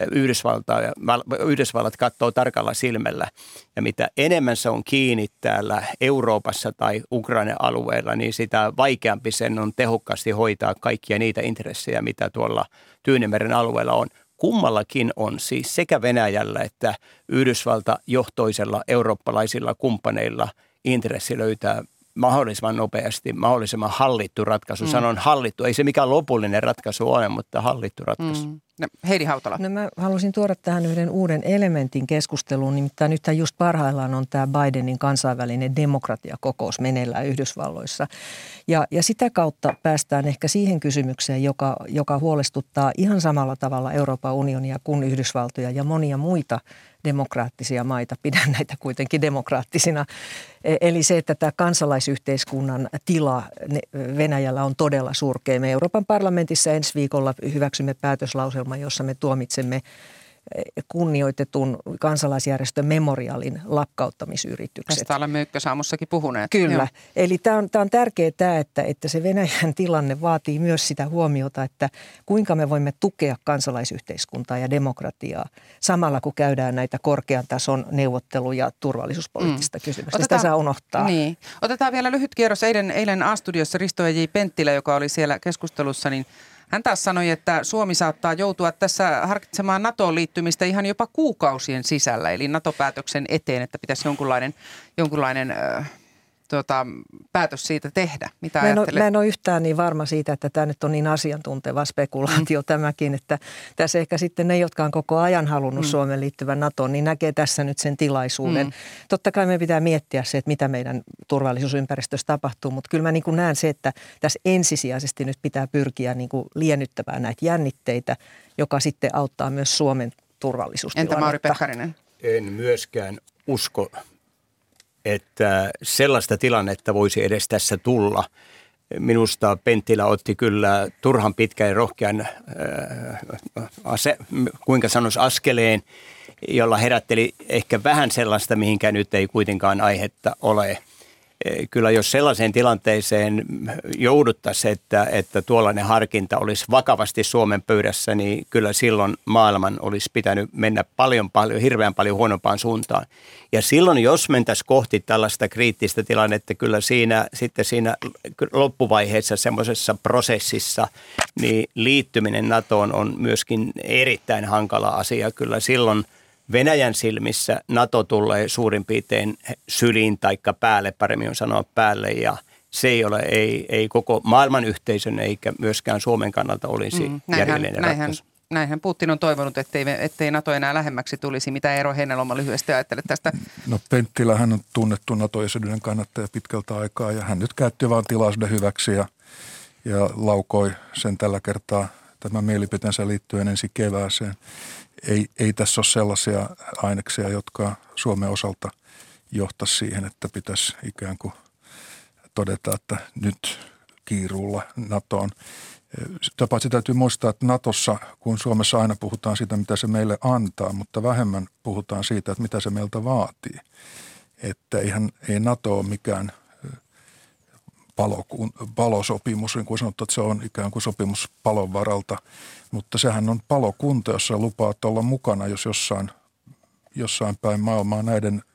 Yhdysvallat katsoo tarkalla silmällä. Ja mitä enemmän se on kiinni täällä Euroopassa tai Ukrainan alueella, niin sitä vaikeampi sen on tehokkaasti hoitaa kaikkia niitä intressejä, mitä tuolla Tyynenmeren alueella on. Kummallakin on siis sekä Venäjällä että Yhdysvalta-johtoisella eurooppalaisilla kumppaneilla intressi löytää mahdollisimman nopeasti, mahdollisimman hallittu ratkaisu. Mm. Sanon hallittu, ei se mikään lopullinen ratkaisu ole, mutta hallittu ratkaisu. Mm. No, Heidi Hautala. No mä halusin tuoda tähän yhden uuden elementin keskusteluun, nimittäin nythän just parhaillaan on tämä Bidenin kansainvälinen demokratiakokous meneillään Yhdysvalloissa. Ja, ja sitä kautta päästään ehkä siihen kysymykseen, joka, joka huolestuttaa ihan samalla tavalla Euroopan unionia kuin Yhdysvaltoja ja monia muita demokraattisia maita. Pidän näitä kuitenkin demokraattisina. Eli se, että tämä kansalaisyhteiskunnan tila Venäjällä on todella surkea. Me Euroopan parlamentissa ensi viikolla hyväksymme päätöslauselman, jossa me tuomitsemme kunnioitetun kansalaisjärjestön Memorialin lakkauttamisyritykset. Tästä olemme Ykkösaamussakin puhuneet. Kyllä. Joo. Eli tämä on, tämä on tärkeää tämä, että, että se Venäjän tilanne vaatii myös sitä huomiota, että kuinka me voimme tukea kansalaisyhteiskuntaa ja demokratiaa samalla, kun käydään näitä korkean tason neuvotteluja turvallisuuspoliittista mm. kysymystä. Otetaan, sitä saa unohtaa. Niin. Otetaan vielä lyhyt kierros. Eilen, eilen A-studiossa Risto J. Penttilä, joka oli siellä keskustelussa, niin hän taas sanoi, että Suomi saattaa joutua tässä harkitsemaan NATOon liittymistä ihan jopa kuukausien sisällä, eli NATO-päätöksen eteen, että pitäisi jonkunlainen, jonkunlainen äh, tuota, päätös siitä tehdä. Mitä mä en, ole, ajattelet? mä en ole yhtään niin varma siitä, että tämä nyt on niin asiantunteva spekulaatio mm. tämäkin, että tässä ehkä sitten ne, jotka on koko ajan halunnut mm. Suomen liittyvän NATOon, niin näkee tässä nyt sen tilaisuuden. Mm. Totta kai me pitää miettiä se, että mitä meidän turvallisuusympäristössä tapahtuu, mutta kyllä mä niin kuin näen se, että tässä ensisijaisesti nyt pitää pyrkiä niin kuin liennyttämään näitä jännitteitä, joka sitten auttaa myös Suomen turvallisuustilannetta. Entä Mauri Pekkarinen? En myöskään usko, että sellaista tilannetta voisi edes tässä tulla. Minusta Penttilä otti kyllä turhan pitkän ja rohkean, äh, ase, kuinka sanoisi, askeleen, jolla herätteli ehkä vähän sellaista, mihinkä nyt ei kuitenkaan aihetta ole. Kyllä jos sellaiseen tilanteeseen jouduttaisiin, että, että tuollainen harkinta olisi vakavasti Suomen pöydässä, niin kyllä silloin maailman olisi pitänyt mennä paljon, paljon, hirveän paljon huonompaan suuntaan. Ja silloin, jos mentäisiin kohti tällaista kriittistä tilannetta, kyllä siinä sitten siinä loppuvaiheessa semmoisessa prosessissa, niin liittyminen NATOon on myöskin erittäin hankala asia. Kyllä silloin Venäjän silmissä NATO tulee suurin piirtein syliin taikka päälle, paremmin on sanoa päälle, ja se ei ole, ei, ei koko maailman yhteisön eikä myöskään Suomen kannalta olisi mm, järjellinen ratkaisu. Näinhän Putin on toivonut, ettei, ettei NATO enää lähemmäksi tulisi. Mitä Eero Heinäluoma lyhyesti ajattelet tästä? No Penttilä, hän on tunnettu NATO-jäsenyyden kannattaja pitkältä aikaa ja hän nyt käytti vaan tilaisuuden hyväksi ja, ja laukoi sen tällä kertaa tämän mielipiteensä liittyen ensi kevääseen. Ei, ei tässä ole sellaisia aineksia, jotka Suomen osalta johtaisi siihen, että pitäisi ikään kuin todeta, että nyt kiiruulla NATOon. Sitä paitsi täytyy muistaa, että NATOssa, kun Suomessa aina puhutaan siitä, mitä se meille antaa, mutta vähemmän puhutaan siitä, että mitä se meiltä vaatii. Että eihän, ei NATO ole mikään palokun, palosopimus, niin kuin sanottu, että se on ikään kuin sopimus palon varalta, mutta sehän on palokunta, jossa lupaat olla mukana, jos jossain, jossain päin maailmaa näiden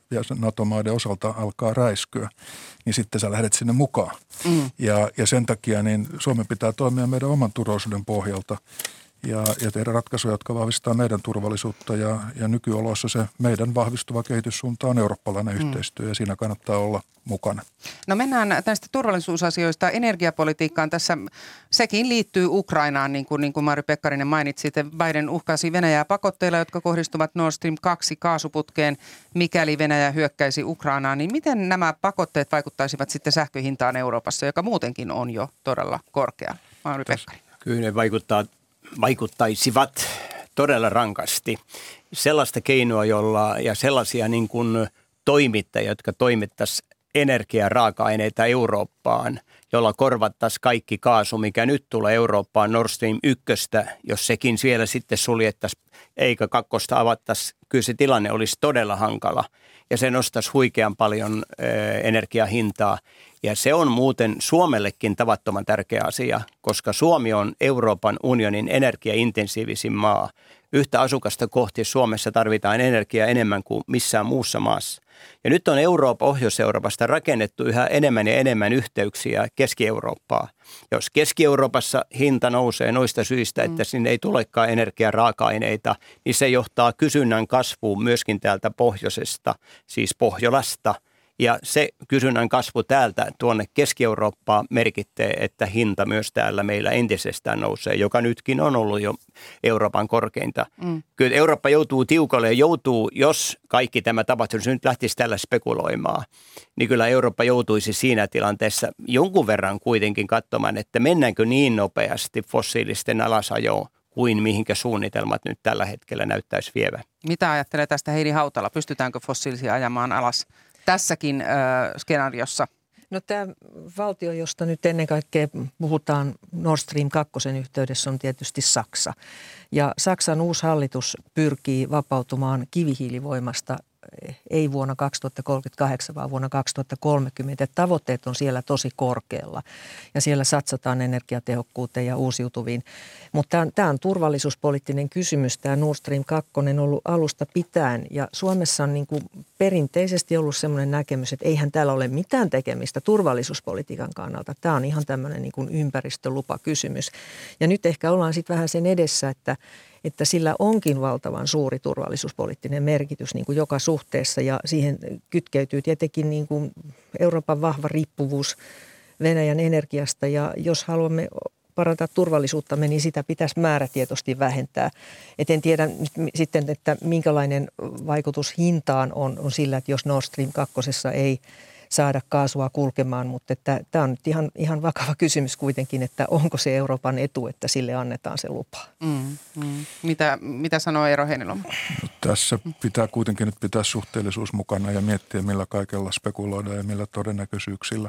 ja NATO-maiden osalta alkaa räiskyä, niin sitten sä lähdet sinne mukaan. Mm. Ja, ja sen takia niin Suomen pitää toimia meidän oman turvallisuuden pohjalta ja, ja tehdä ratkaisuja, jotka vahvistaa meidän turvallisuutta. Ja, ja nykyoloissa se meidän vahvistuva kehityssuunta on eurooppalainen mm. yhteistyö ja siinä kannattaa olla mukana. No mennään näistä turvallisuusasioista energiapolitiikkaan. Tässä sekin liittyy Ukrainaan, niin kuin, niin kuin Mari Pekkarinen mainitsi. Biden uhkasi Venäjää pakotteilla, jotka kohdistuvat Nord Stream kaksi kaasuputkeen, mikäli Venäjä hyökkäisi Ukrainaan. Niin miten nämä pakotteet vaikuttaisivat sitten sähköhintaan Euroopassa, joka muutenkin on jo todella korkea? Mari Pekkarinen. Kyllä ne vaikuttaa, vaikuttaisivat todella rankasti. Sellaista keinoa, jolla ja sellaisia niin kuin toimittajia, jotka toimittaisivat energiaraaka-aineita Eurooppaan, jolla korvattaisiin kaikki kaasu, mikä nyt tulee Eurooppaan Nord Stream yksi, jos sekin vielä sitten suljettaisiin eikä kakkosta avattaisiin. Kyllä se tilanne olisi todella hankala ja se nostaisi huikean paljon ö, energiahintaa. Ja se on muuten Suomellekin tavattoman tärkeä asia, koska Suomi on Euroopan unionin energiaintensiivisin maa. Yhtä asukasta kohti Suomessa tarvitaan energiaa enemmän kuin missään muussa maassa. Ja nyt on Eurooppa, Pohjois-Euroopasta rakennettu yhä enemmän ja enemmän yhteyksiä Keski-Eurooppaa. Jos Keski-Euroopassa hinta nousee noista syistä, että sinne ei tulekaan energiaraaka-aineita, niin se johtaa kysynnän kasvuun myöskin täältä pohjoisesta, siis Pohjolasta. Ja se kysynnän kasvu täältä tuonne Keski-Eurooppaan merkittää, että hinta myös täällä meillä entisestään nousee, joka nytkin on ollut jo Euroopan korkeinta. Mm. Kyllä Eurooppa joutuu tiukalle ja joutuu, jos kaikki tämä tapahtuisi, nyt lähtisi tällä spekuloimaan, niin kyllä Eurooppa joutuisi siinä tilanteessa jonkun verran kuitenkin katsomaan, että mennäänkö niin nopeasti fossiilisten alasajoon kuin mihinkä suunnitelmat nyt tällä hetkellä näyttäisi vievän. Mitä ajattelee tästä Heidi Hautala? Pystytäänkö fossiilisia ajamaan alas tässäkin äh, skenaariossa? No tämä valtio, josta nyt ennen kaikkea puhutaan Nord Stream kaksi yhteydessä, on tietysti Saksa. Ja Saksan uusi hallitus pyrkii vapautumaan kivihiilivoimasta ei vuonna kaksituhattakolmekymmentäkahdeksan, vaan vuonna kaksituhattakolmekymmentä. Tavoitteet on siellä tosi korkealla ja siellä satsataan energiatehokkuuteen ja uusiutuviin. Mutta tämä on turvallisuuspoliittinen kysymys. Tämä Nord Stream kaksi on ollut alusta pitäen ja Suomessa on niin kuin perinteisesti ollut sellainen näkemys, että eihän täällä ole mitään tekemistä turvallisuuspolitiikan kannalta. Tämä on ihan tämmöinen niin kuin ympäristölupakysymys. Ja nyt ehkä ollaan sitten vähän sen edessä, että että sillä onkin valtavan suuri turvallisuuspoliittinen merkitys niin kuin joka suhteessa ja siihen kytkeytyy tietenkin niin kuin Euroopan vahva riippuvuus Venäjän energiasta ja jos haluamme parantaa turvallisuuttamme, niin sitä pitäisi määrätietoisesti vähentää. Et en tiedä nyt sitten, että minkälainen vaikutus hintaan on, on sillä, että jos Nord Stream kaksi ei saada kaasua kulkemaan, mutta tämä on nyt ihan, ihan vakava kysymys kuitenkin, että onko se Euroopan etu, että sille annetaan se lupa. Mm, mm. Mitä, mitä sanoo Eero Heiniloma? No, tässä pitää kuitenkin nyt pitää suhteellisuus mukana ja miettiä, millä kaikella spekuloidaan ja millä todennäköisyyksillä.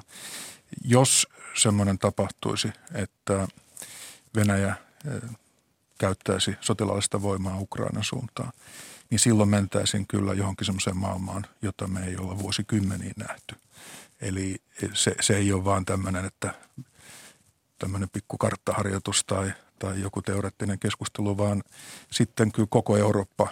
Jos semmoinen tapahtuisi, että Venäjä käyttäisi sotilaallista voimaa Ukrainan suuntaan, niin silloin mentäisiin kyllä johonkin semmoiseen maailmaan, jota me ei olla vuosikymmeniin nähty. Eli se, se ei ole vaan tämmöinen, että tämmöinen pikku karttaharjoitus tai, tai joku teoreettinen keskustelu, vaan sitten kyllä koko Eurooppa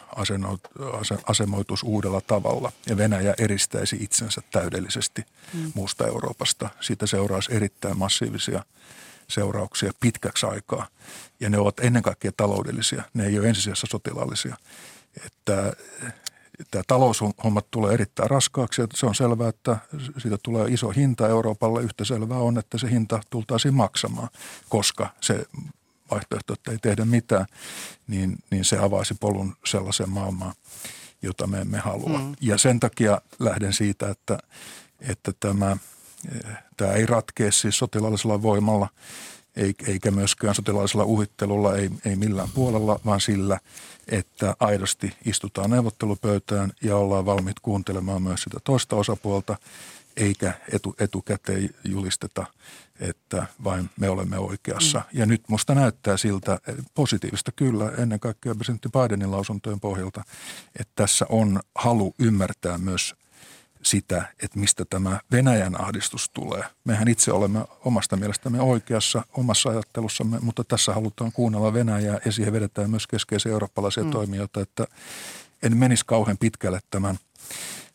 asemoituisi uudella tavalla ja Venäjä eristäisi itsensä täydellisesti mm. muusta Euroopasta. Siitä seuraisi erittäin massiivisia seurauksia pitkäksi aikaa ja ne ovat ennen kaikkea taloudellisia, ne ei ole ensisijaisesti sotilaallisia. Että tämä taloushommat tulee erittäin raskaaksi ja se on selvää, että siitä tulee iso hinta Euroopalle. Yhtä selvää on, että se hinta tultaisiin maksamaan, koska se vaihtoehto, että ei tehdä mitään, niin, niin se avaisi polun sellaiseen maailmaan, jota me emme halua. Mm. Ja sen takia lähden siitä, että, että tämä, tämä ei ratkea siis sotilaallisella voimalla, eikä myöskään sotilaallisella uhittelulla, ei, ei millään puolella, vaan sillä, että aidosti istutaan neuvottelupöytään ja ollaan valmiit kuuntelemaan myös sitä toista osapuolta, eikä etu, etukäteen julisteta, että vain me olemme oikeassa. Mm. Ja nyt musta näyttää siltä, positiivista kyllä, ennen kaikkea presidentti Bidenin lausuntojen pohjalta, että tässä on halu ymmärtää myös sitä, että mistä tämä Venäjän ahdistus tulee. Mehän itse olemme omasta mielestämme oikeassa omassa ajattelussamme, mutta tässä halutaan kuunnella Venäjää ja siihen vedetään myös keskeisiä eurooppalaisia mm. toimijoita, että en menisi kauhean pitkälle tämän,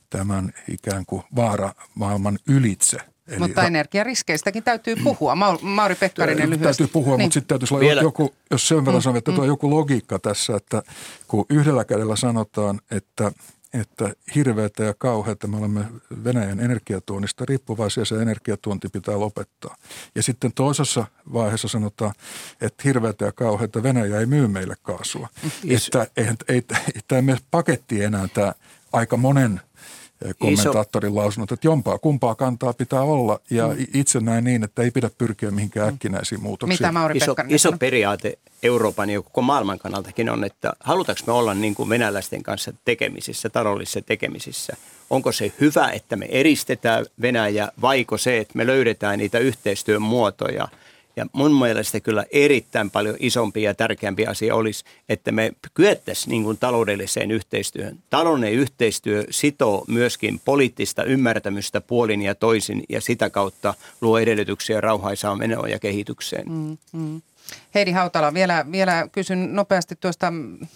tämän ikään kuin vaaramaailman ylitse. Eli mutta energiariskeistäkin täytyy puhua. Mauri Pekkarinen lyhyesti. Täytyy puhua, niin. Mutta sitten täytyisi olla Vielä. joku, jos sen verran sanon, että mm. tuo joku logiikka tässä, että kun yhdellä kädellä sanotaan, että, että hirveätä ja kauheata me olemme Venäjän energiatuonnista riippuvaisia, se energiatuonti pitää lopettaa. Ja sitten toisessa vaiheessa sanotaan, että hirveätä ja kauheata Venäjä ei myy meille kaasua. Yes. Että ei, ei, ei tämä paketti enää tämä aika monen kommentaattorin lausunut, että jompaa kumpaa kantaa pitää olla ja mm. itse näen niin, että ei pidä pyrkiä mihinkään äkkinäisiin muutoksiin. Mitä Mauri iso, Pekkarinen iso periaate Euroopan ja koko maailman kannaltakin on, että halutaanko me olla niin kuin venäläisten kanssa tekemisissä, taloudellisissa tekemisissä. Onko se hyvä, että me eristetään Venäjä, vaiko se, että me löydetään niitä yhteistyön muotoja. Ja mun mielestä kyllä erittäin paljon isompi ja tärkeämpi asia olisi, että me kyettäisiin niin kuin taloudelliseen yhteistyöhön. Taloudellinen yhteistyö sitoo myöskin poliittista ymmärtämystä puolin ja toisin ja sitä kautta luo edellytyksiä rauhaisaan menoon ja kehitykseen. Mm, mm. Heidi Hautala, vielä, vielä kysyn nopeasti tuosta.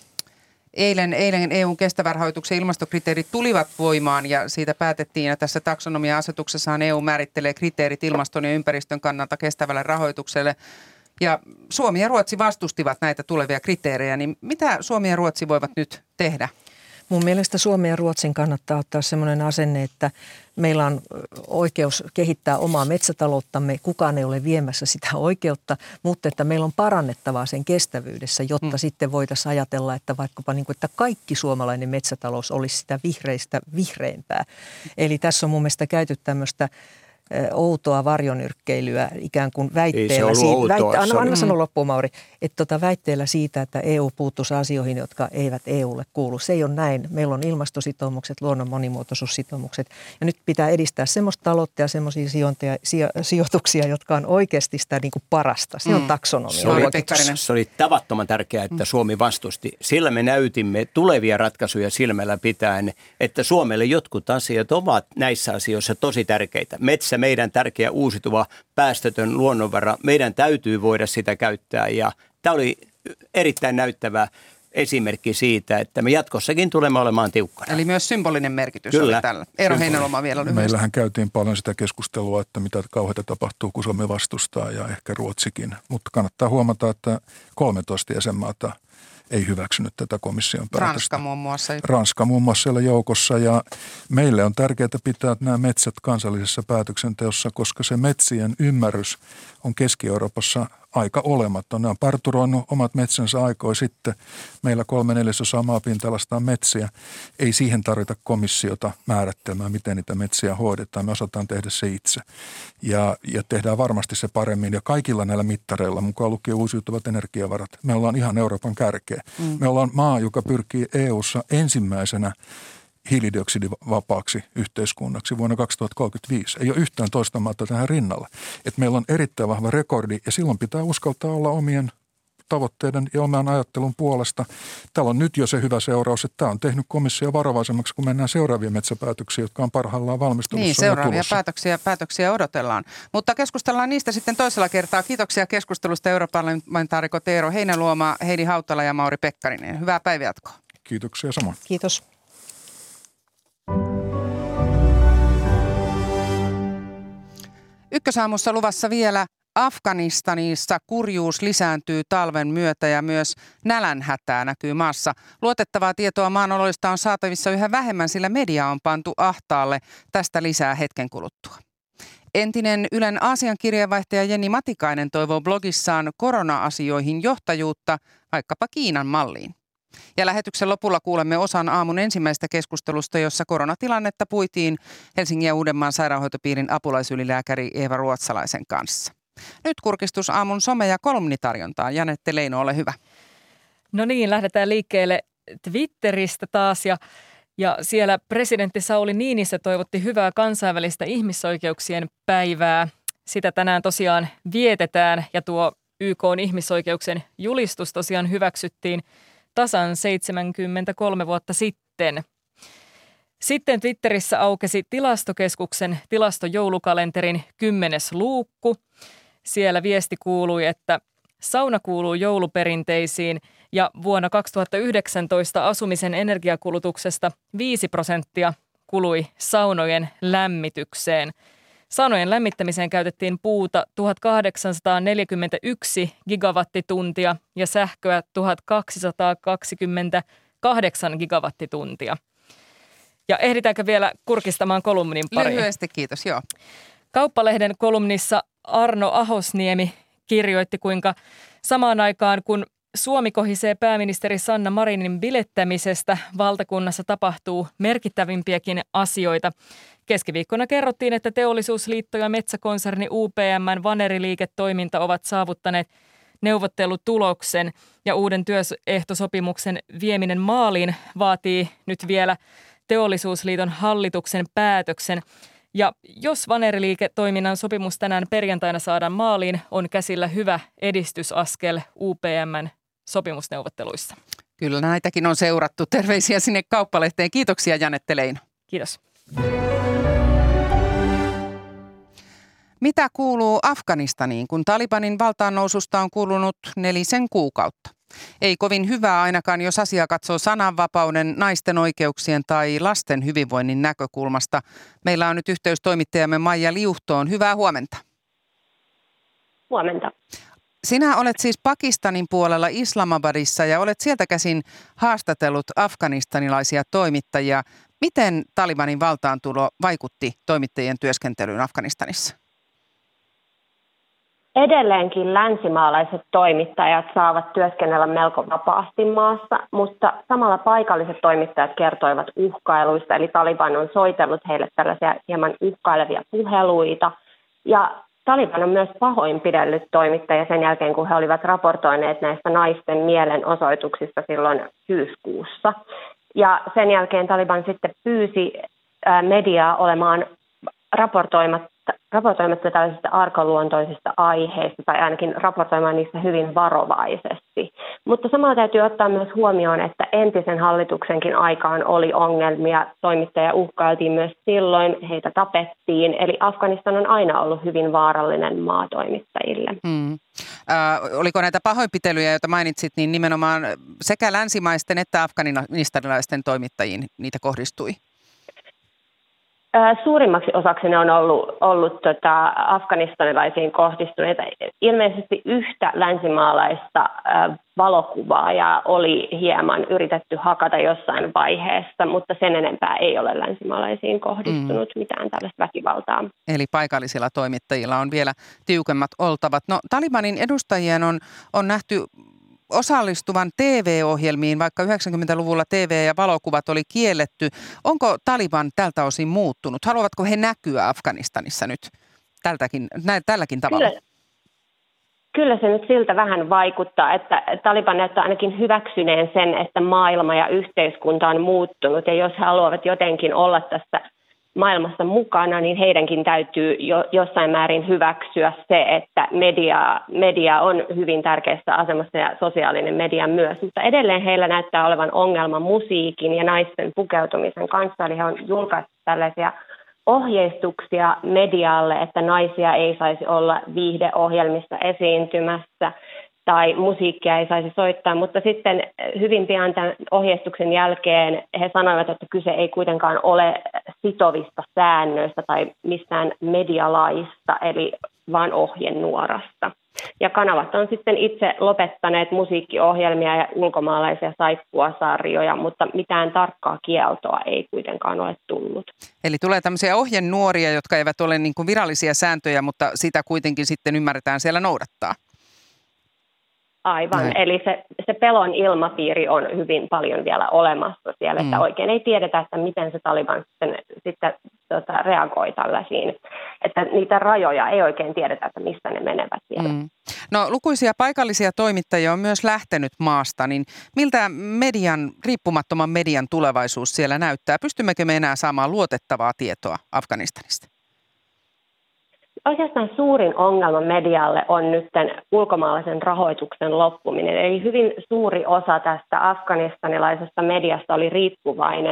Eilen, eilen E U:n kestävän rahoituksen ilmastokriteerit tulivat voimaan ja siitä päätettiin, ja tässä taksonomia-asetuksessahan E U määrittelee kriteerit ilmaston ja ympäristön kannalta kestävälle rahoitukselle. Ja Suomi ja Ruotsi vastustivat näitä tulevia kriteerejä, niin mitä Suomi ja Ruotsi voivat nyt tehdä? Mun mielestä Suomen ja Ruotsin kannattaa ottaa sellainen asenne, että meillä on oikeus kehittää omaa metsätalouttamme. Kukaan ei ole viemässä sitä oikeutta, mutta että meillä on parannettavaa sen kestävyydessä, jotta mm. sitten voitaisiin ajatella, että vaikkapa niin kuin, että kaikki suomalainen metsätalous olisi sitä vihreistä vihreimpää. Eli tässä on mun mielestä käyty tämmöistä outoa varjonyrkkeilyä ikään kuin väitteellä. Siitä, väitte, anna, anna sanoa loppuun, Mauri. Että tota väitteellä siitä, että E U puuttuisi asioihin, jotka eivät E U:lle kuulu. Se ei ole näin. Meillä on ilmastositoumukset, luonnon monimuotoisuussitoumukset. Ja nyt pitää edistää semmoista taloutta ja semmoisia sijoituksia, jotka on oikeasti sitä niin kuin parasta. Se on mm. taksonomia. Se oli, se oli tavattoman tärkeää, että Suomi vastusti. Sillä me näytimme tulevia ratkaisuja silmällä pitäen, että Suomelle jotkut asiat ovat näissä asioissa tosi tärkeitä. Metsä, meidän tärkeä uusiutuva päästötön luonnonvara, meidän täytyy voida sitä käyttää ja tämä oli erittäin näyttävä esimerkki siitä, että me jatkossakin tulemme olemaan tiukkana. Eli myös symbolinen merkitys Kyllä. oli tällä. Eero Heinäluoma vielä lyhyesti. Meillähän käytiin paljon sitä keskustelua, että mitä kauheita tapahtuu, kun Suomi vastustaa ja ehkä Ruotsikin, mutta kannattaa huomata, että kolmetoista jäsenmaata ei hyväksynyt tätä komission päätöstä. Ranska muun muassa. Ranska muun muassa siellä joukossa ja meille on tärkeää pitää nämä metsät kansallisessa päätöksenteossa, koska se metsien ymmärrys on Keski-Euroopassa aika olematon. Ne on parturoinut omat metsänsä aikoja sitten. Meillä kolme neljäsosaa maapinta-alasta on metsiä. Ei siihen tarvita komissiota määrittelemään, miten niitä metsiä hoidetaan. Me osataan tehdä se itse ja, ja tehdään varmasti se paremmin. Ja kaikilla näillä mittareilla, mukaan lukien uusiutuvat energiavarat, me ollaan ihan Euroopan kärkeä. Mm. Me ollaan maa, joka pyrkii E U:ssa ensimmäisenä hiilidioksidivapaaksi yhteiskunnaksi vuonna kaksituhattakolmekymmentäviisi. Ei ole yhtään toista maata tähän rinnalla. Et meillä on erittäin vahva rekordi ja silloin pitää uskaltaa olla omien tavoitteiden ja oman ajattelun puolesta. Täällä on nyt jo se hyvä seuraus, että tämä on tehnyt komissio varovaisemmaksi, kun mennään seuraavia metsäpäätöksiä, jotka on parhaillaan valmistelussa. Niin, seuraavia päätöksiä, päätöksiä odotellaan. Mutta keskustellaan niistä sitten toisella kertaa. Kiitoksia keskustelusta europarlamentaarikot Eero Heinäluoma, Heidi Hautala ja Mauri Pekkarinen. Hyvää päivänjatkoa. Kiitoksia samoin. Kiitos. Ykkösaamussa luvassa vielä Afganistanissa kurjuus lisääntyy talven myötä ja myös nälänhätää näkyy maassa. Luotettavaa tietoa maanoloista on saatavissa yhä vähemmän, sillä media on pantu ahtaalle. Tästä lisää hetken kuluttua. Entinen Ylen Aasian kirjeenvaihtaja Jenni Matikainen toivoo blogissaan korona-asioihin johtajuutta vaikkapa Kiinan malliin. Ja lähetyksen lopulla kuulemme osan aamun ensimmäistä keskustelusta, jossa koronatilannetta puitiin Helsingin ja Uudenmaan sairaanhoitopiirin apulaisylilääkäri Eeva Ruotsalaisen kanssa. Nyt kurkistus aamun some- ja kolumnitarjontaan. Janette Leino, ole hyvä. No niin, lähdetään liikkeelle Twitteristä taas ja, ja siellä presidentti Sauli Niinistö toivotti hyvää kansainvälistä ihmisoikeuksien päivää. Sitä tänään tosiaan vietetään ja tuo Y K:n ihmisoikeuksien julistus tosiaan hyväksyttiin tasan seitsemänkymmentäkolme vuotta sitten. Sitten Twitterissä aukesi Tilastokeskuksen tilastojoulukalenterin kymmenes luukku. Siellä viesti kuului, että sauna kuuluu jouluperinteisiin ja vuonna kaksituhattayhdeksäntoista asumisen energiakulutuksesta viisi prosenttia kului saunojen lämmitykseen. Saunojen lämmittämiseen käytettiin puuta tuhatkahdeksansataaneljäkymmentäyksi gigawattituntia ja sähköä tuhatkaksisataakaksikymmentäkahdeksan gigawattituntia. Ja ehditäänkö vielä kurkistamaan kolumnin pariin? Lyhyesti, kiitos, joo. Kauppalehden kolumnissa Arno Ahosniemi kirjoitti, kuinka samaan aikaan kun Suomi kohisee pääministeri Sanna Marinin bilettämisestä, valtakunnassa tapahtuu merkittävimpiäkin asioita. Keskiviikkona kerrottiin, että Teollisuusliitto ja metsäkonserni U P M:n vaneriliiketoiminta ovat saavuttaneet neuvottelutuloksen ja uuden työehtosopimuksen vieminen maaliin vaatii nyt vielä Teollisuusliiton hallituksen päätöksen. Ja jos vaneriliiketoiminnan sopimus tänään perjantaina saadaan maaliin, on käsillä hyvä edistysaskel U P M:n sopimusneuvotteluissa. Kyllä näitäkin on seurattu. Terveisiä sinne Kauppalehteen. Kiitoksia Janette Leino. Kiitos. Mitä kuuluu Afganistaniin, kun Talibanin valtaannoususta on kulunut nelisen kuukautta? Ei kovin hyvää ainakaan, jos asia katsoo sananvapauden, naisten oikeuksien tai lasten hyvinvoinnin näkökulmasta. Meillä on nyt yhteys toimittajamme Maija Liuhtoon. Hyvää huomenta. Huomenta. Sinä olet siis Pakistanin puolella Islamabadissa ja olet sieltä käsin haastatellut afganistanilaisia toimittajia. Miten Talibanin valtaantulo vaikutti toimittajien työskentelyyn Afganistanissa? Edelleenkin länsimaalaiset toimittajat saavat työskennellä melko vapaasti maassa, mutta samalla paikalliset toimittajat kertoivat uhkailuista, eli Taliban on soitellut heille tällaisia hieman uhkailevia puheluita. Ja Taliban on myös pahoinpidellyt toimittajia sen jälkeen, kun he olivat raportoineet näistä naisten mielenosoituksista silloin syyskuussa. Ja sen jälkeen Taliban sitten pyysi mediaa olemaan raportoimatta, raportoimatta tällaisista arkaluontoisista aiheista tai ainakin raportoimaan niistä hyvin varovaisesti. Mutta samalla täytyy ottaa myös huomioon, että entisen hallituksenkin aikaan oli ongelmia. Toimittajia uhkailtiin myös silloin, heitä tapettiin. Eli Afganistan on aina ollut hyvin vaarallinen maa toimittajille. Hmm. Äh, oliko näitä pahoinpitelyjä, joita mainitsit, niin nimenomaan sekä länsimaisten että afganistanilaisten toimittajiin niitä kohdistui? Suurimmaksi osaksi ne on ollut, ollut tota, afganistanilaisiin kohdistuneita. Ilmeisesti yhtä länsimaalaista äh, valokuvaajaa oli hieman yritetty hakata jossain vaiheessa, mutta sen enempää ei ole länsimaalaisiin kohdistunut mm. mitään tällaista väkivaltaa. Eli paikallisilla toimittajilla on vielä tiukemmat oltavat. No, Talibanin edustajien on, on nähty osallistuvan T V-ohjelmiin, vaikka yhdeksänkymmentäluvulla T V ja valokuvat oli kielletty. Onko Taliban tältä osin muuttunut? Haluavatko he näkyä Afganistanissa nyt tältäkin, nä, tälläkin tavalla? Kyllä. Kyllä se nyt siltä vähän vaikuttaa, että Taliban näyttää ainakin hyväksyneen sen, että maailma ja yhteiskunta on muuttunut. Ja jos he haluavat jotenkin olla tässä maailmassa mukana, niin heidänkin täytyy jo, jossain määrin hyväksyä se, että media, media on hyvin tärkeässä asemassa ja sosiaalinen media myös. Mutta edelleen heillä näyttää olevan ongelma musiikin ja naisten pukeutumisen kanssa. Eli he on julkaissut tällaisia ohjeistuksia medialle, että naisia ei saisi olla viihdeohjelmissa esiintymässä tai musiikkia ei saisi soittaa, mutta sitten hyvin pian tämän ohjeistuksen jälkeen he sanoivat, että kyse ei kuitenkaan ole sitovista säännöistä tai mistään medialaista, eli vaan ohjenuorasta. Ja kanavat on sitten itse lopettaneet musiikkiohjelmia ja ulkomaalaisia saippuasarjoja, mutta mitään tarkkaa kieltoa ei kuitenkaan ole tullut. Eli tulee tämmöisiä ohjenuoria, jotka eivät ole niin kuin virallisia sääntöjä, mutta sitä kuitenkin sitten ymmärretään siellä noudattaa. Aivan, Näin. Eli se, se pelon ilmapiiri on hyvin paljon vielä olemassa siellä, mm. että oikein ei tiedetä, että miten se Taliban sitten, sitten tota, reagoi tällaisiin, että niitä rajoja ei oikein tiedetä, että mistä ne menevät siellä. Mm. No lukuisia paikallisia toimittajia on myös lähtenyt maasta, niin miltä median, riippumattoman median tulevaisuus siellä näyttää? Pystymmekö me enää saamaan luotettavaa tietoa Afganistanista? Oikeastaan suurin ongelma medialle on nyt ulkomaalaisen rahoituksen loppuminen. Eli hyvin suuri osa tästä afganistanilaisesta mediasta oli riippuvainen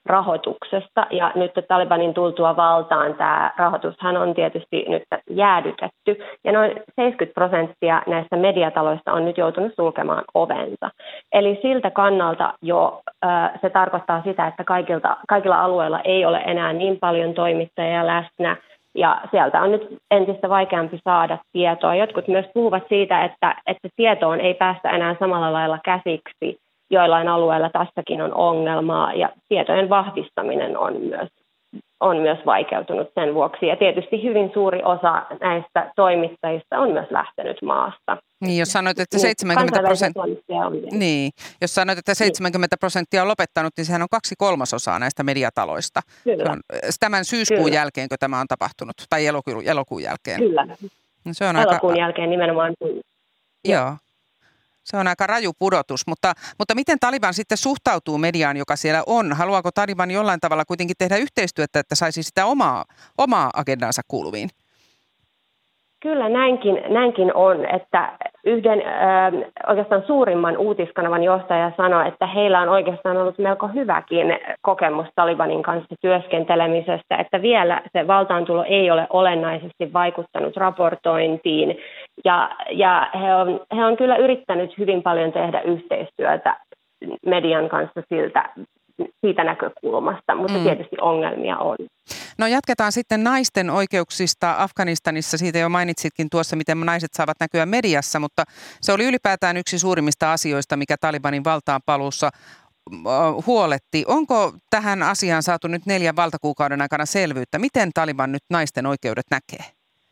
rahoituksesta. Ja nyt Talibanin tultua valtaan tämä rahoitushan on tietysti nyt jäädytetty. Ja noin seitsemänkymmentä prosenttia näistä mediataloista on nyt joutunut sulkemaan ovensa. Eli siltä kannalta jo äh, se tarkoittaa sitä, että kaikilta, kaikilla alueilla ei ole enää niin paljon toimittajia läsnä. Ja sieltä on nyt entistä vaikeampi saada tietoa. Jotkut myös puhuvat siitä, että, että tietoon ei päästä enää samalla lailla käsiksi. Joillain alueilla tässäkin on ongelmaa ja tietojen vahvistaminen on myös, on myös vaikeutunut sen vuoksi. Ja tietysti hyvin suuri osa näistä toimittajista on myös lähtenyt maasta. Niin, jos sanoit, että seitsemänkymmentä prosenttia, niin, jos sanoit, että seitsemänkymmentä prosenttia on lopettanut, niin sehän on kaksi kolmasosaa näistä mediataloista. Kyllä. On tämän syyskuun Kyllä. jälkeen, kun tämä on tapahtunut, tai elokuun, elokuun jälkeen. Kyllä. No, se on elokuun aika... jälkeen nimenomaan. Joo. Se on aika raju pudotus, mutta, mutta miten Taliban sitten suhtautuu mediaan, joka siellä on? Haluaako Taliban jollain tavalla kuitenkin tehdä yhteistyötä, että saisi sitä omaa, omaa agendansa kuuluviin? Kyllä näinkin, näinkin on, että yhden äh, oikeastaan suurimman uutiskanavan johtaja sanoi, että heillä on oikeastaan ollut melko hyväkin kokemus Talibanin kanssa työskentelemisestä, että vielä se valtaantulo ei ole olennaisesti vaikuttanut raportointiin ja, ja he, on, he on kyllä yrittänyt hyvin paljon tehdä yhteistyötä median kanssa siltä, siitä näkökulmasta, mutta mm. tietysti ongelmia on. No jatketaan sitten naisten oikeuksista Afganistanissa. Siitä jo mainitsitkin tuossa, miten naiset saavat näkyä mediassa, mutta se oli ylipäätään yksi suurimmista asioista, mikä Talibanin valtaan paluussa huoletti. Onko tähän asiaan saatu nyt neljän valtakuukauden aikana selvyyttä? Miten Taliban nyt naisten oikeudet näkee?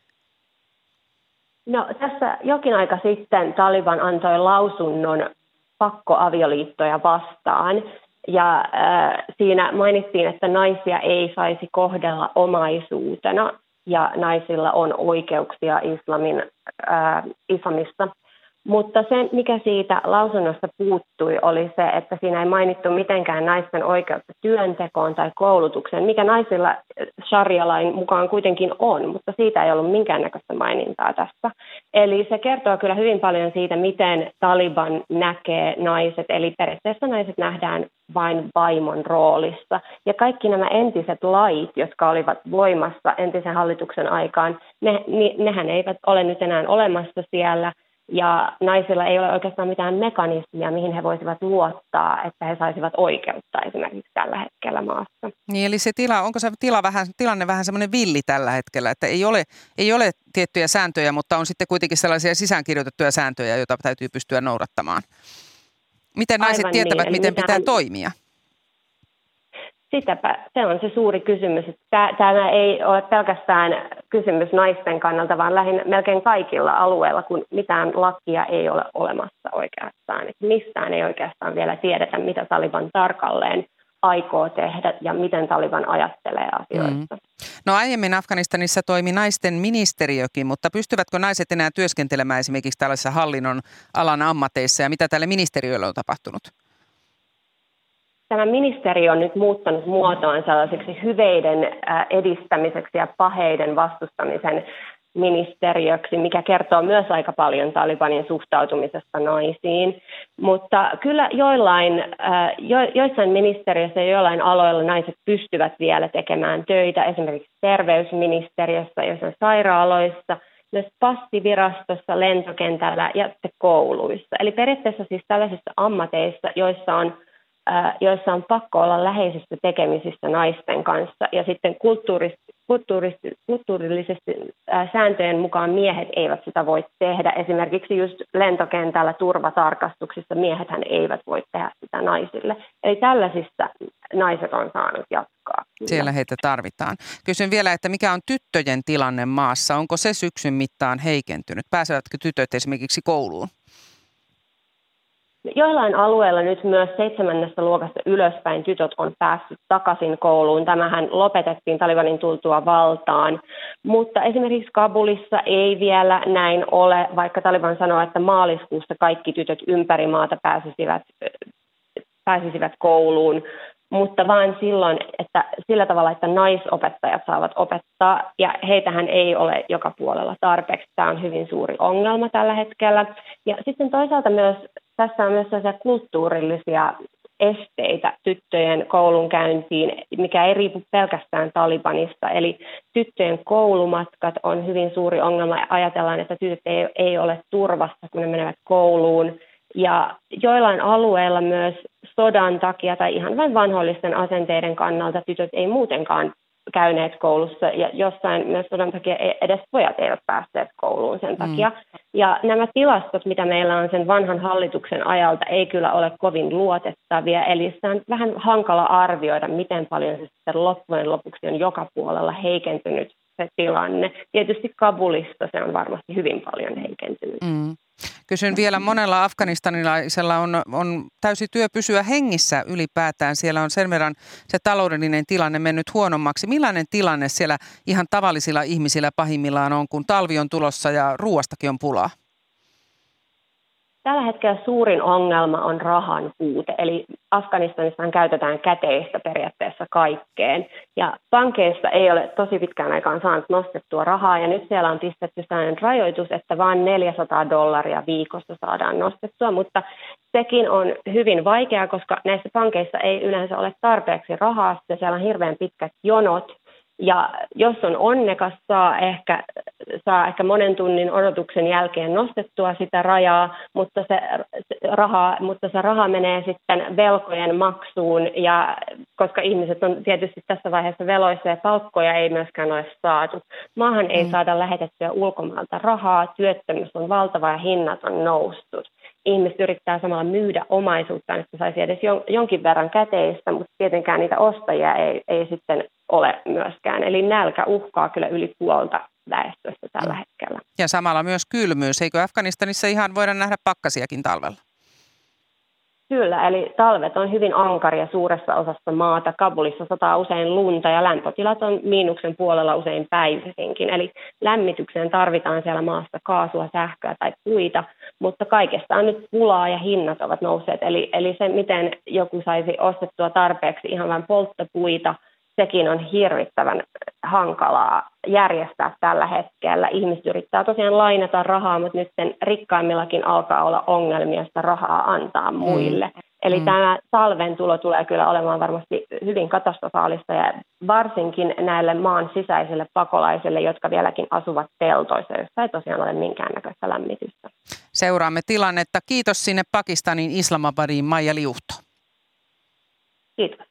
No tässä jokin aika sitten Taliban antoi lausunnon pakkoavioliittoja vastaan. Ja äh, siinä mainittiin, että naisia ei saisi kohdella omaisuutena ja naisilla on oikeuksia islamin, äh, islamissa. Mutta se, mikä siitä lausunnosta puuttui, oli se, että siinä ei mainittu mitenkään naisten oikeutta työntekoon tai koulutukseen, mikä naisilla sharia-lain mukaan kuitenkin on, mutta siitä ei ollut minkäännäköistä mainintaa tässä. Eli se kertoo kyllä hyvin paljon siitä, miten Taliban näkee naiset, eli periaatteessa naiset nähdään vain vaimon roolissa. Ja kaikki nämä entiset lait, jotka olivat voimassa entisen hallituksen aikaan, ne, ne, nehän eivät ole nyt enää olemassa siellä. Ja naisilla ei ole oikeastaan mitään mekanismia, mihin he voisivat luottaa, että he saisivat oikeutta esimerkiksi tällä hetkellä maassa. Niin, eli se tila, onko se tila vähän, tilanne vähän semmoinen villi tällä hetkellä, että ei ole, ei ole tiettyjä sääntöjä, mutta on sitten kuitenkin sellaisia sisäänkirjoitettuja sääntöjä, joita täytyy pystyä noudattamaan. Miten naiset Aivan tietävät, niin. miten Mitään... pitää toimia? Sitäpä, se on se suuri kysymys. Tämä ei ole pelkästään kysymys naisten kannalta, vaan lähinnä melkein kaikilla alueilla, kun mitään lakia ei ole olemassa oikeastaan. Että mistään ei oikeastaan vielä tiedetä, mitä Taliban tarkalleen aikoo tehdä ja miten Taliban ajattelee asioista. Mm. No aiemmin Afganistanissa toimi naisten ministeriökin, mutta pystyvätkö naiset enää työskentelemään esimerkiksi tällaisissa hallinnon alan ammateissa ja mitä tälle ministeriölle on tapahtunut? Tämä ministeri on nyt muuttanut muotoaan sellaiseksi hyveiden edistämiseksi ja paheiden vastustamisen ministeriöksi, mikä kertoo myös aika paljon Talibanin suhtautumisesta naisiin. Mutta kyllä joillain, jo, joissain ministeriöissä ja joillain aloilla naiset pystyvät vielä tekemään töitä, esimerkiksi terveysministeriössä, joissain sairaaloissa, myös passivirastossa, lentokentällä ja kouluissa. Eli periaatteessa siis tällaisissa ammateissa, joissa on joissa on pakko olla läheisistä tekemisissä naisten kanssa. Ja sitten kulttuurisesti, kulttuurisesti, kulttuurillisesti ää, sääntöjen mukaan miehet eivät sitä voi tehdä. Esimerkiksi just lentokentällä turvatarkastuksissa miehethän eivät voi tehdä sitä naisille. Eli tällaisissa naiset on saanut jatkaa. Siellä heitä tarvitaan. Kysyn vielä, että mikä on tyttöjen tilanne maassa? Onko se syksyn mittaan heikentynyt? Pääsevätkö tytöt esimerkiksi kouluun? Joillain alueilla nyt myös seitsemännessä luokasta ylöspäin tytöt on päässyt takaisin kouluun. Tämähän lopetettiin Talibanin tultua valtaan, mutta esimerkiksi Kabulissa ei vielä näin ole, vaikka Taliban sanoo, että maaliskuussa kaikki tytöt ympäri maata pääsisivät, pääsisivät kouluun. Mutta vain silloin, että sillä tavalla, että naisopettajat saavat opettaa, ja heitähän ei ole joka puolella tarpeeksi. Tämä on hyvin suuri ongelma tällä hetkellä. Ja sitten toisaalta myös, tässä on myös sellaisia kulttuurillisia esteitä tyttöjen koulunkäyntiin, mikä ei riipu pelkästään Talibanista. Eli tyttöjen koulumatkat on hyvin suuri ongelma. Ajatellaan, että tytöt ei, ei ole turvassa, kun ne menevät kouluun. Ja joillain alueilla myös sodan takia tai ihan vain vanhoillisten asenteiden kannalta tytöt ei muutenkaan käyneet koulussa ja jossain myös sodan takia edes pojat eivät päässeet kouluun sen takia. Mm. Ja nämä tilastot, mitä meillä on sen vanhan hallituksen ajalta, ei kyllä ole kovin luotettavia. Eli se on vähän hankala arvioida, miten paljon se sitten loppujen lopuksi on joka puolella heikentynyt se tilanne. Tietysti Kabulista se on varmasti hyvin paljon heikentynyt. Mm. Kysyn vielä, monella afganistanilaisella on, on täysi työ pysyä hengissä ylipäätään. Siellä on sen verran se taloudellinen tilanne mennyt huonommaksi. Millainen tilanne siellä ihan tavallisilla ihmisillä pahimmillaan on, kun talvi on tulossa ja ruoastakin on pulaa? Tällä hetkellä suurin ongelma on rahan puute, eli Afganistanissa käytetään käteistä periaatteessa kaikkeen. Ja pankeissa ei ole tosi pitkään aikaan saanut nostettua rahaa, ja nyt siellä on pistetty sellainen rajoitus, että vain neljäsataa dollaria viikossa saadaan nostettua, mutta sekin on hyvin vaikeaa, koska näissä pankeissa ei yleensä ole tarpeeksi rahaa, ja siellä on hirveän pitkät jonot. Ja jos on onnekas, saa ehkä, saa ehkä monen tunnin odotuksen jälkeen nostettua sitä rajaa, mutta se, se, raha, mutta se raha menee sitten velkojen maksuun, ja koska ihmiset on tietysti tässä vaiheessa veloissa ja palkkoja ei myöskään ole saatu. Maahan ei mm. saada lähetettyä ulkomailta rahaa, työttömyys on valtava ja hinnat on noussut. Ihmiset yrittää samalla myydä omaisuuttaan, että saisi edes jonkin verran käteistä, mutta tietenkään niitä ostajia ei, ei sitten ole myöskään. Eli nälkä uhkaa kyllä yli puolta väestöstä tällä hetkellä. Ja samalla myös kylmyys. Eikö Afganistanissa ihan voida nähdä pakkasiakin talvella? Kyllä, eli talvet on hyvin ankaria suuressa osassa maata. Kabulissa sataa usein lunta ja lämpötilat on miinuksen puolella usein päivisinkin. Eli lämmitykseen tarvitaan siellä maassa kaasua, sähköä tai puita, mutta kaikesta on nyt pulaa ja hinnat ovat nousseet. Eli, eli se, miten joku saisi ostettua tarpeeksi ihan vain polttopuita, sekin on hirvittävän hankalaa järjestää tällä hetkellä. Ihmiset yrittää tosiaan lainata rahaa, mutta nyt rikkaimmillakin alkaa olla ongelmia sitä rahaa antaa muille. Mm. Eli mm. tämä talven tulo tulee kyllä olemaan varmasti hyvin katastrofaalista ja varsinkin näille maan sisäisille pakolaisille, jotka vieläkin asuvat teltoissa, joissa ei tosiaan ole minkäännäköistä lämmitystä. Seuraamme tilannetta. Kiitos sinne Pakistanin Islamabadiin, Maija Liuhto. Kiitos.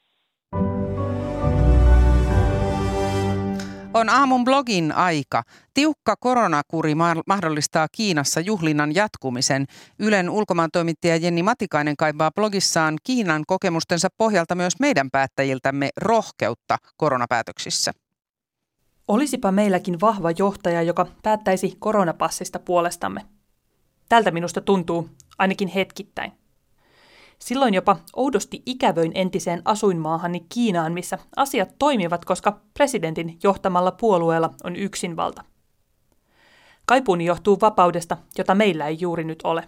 On aamun blogin aika. Tiukka koronakuri mahdollistaa Kiinassa juhlinnan jatkumisen. Ylen ulkomaantoimittaja Jenni Matikainen kaipaa blogissaan Kiinan kokemustensa pohjalta myös meidän päättäjiltämme rohkeutta koronapäätöksissä. Olisipa meilläkin vahva johtaja, joka päättäisi koronapassista puolestamme. Tältä minusta tuntuu, ainakin hetkittäin. Silloin jopa oudosti ikävöin entiseen asuinmaahani Kiinaan, missä asiat toimivat, koska presidentin johtamalla puolueella on yksinvalta. Kaipuuni johtuu vapaudesta, jota meillä ei juuri nyt ole.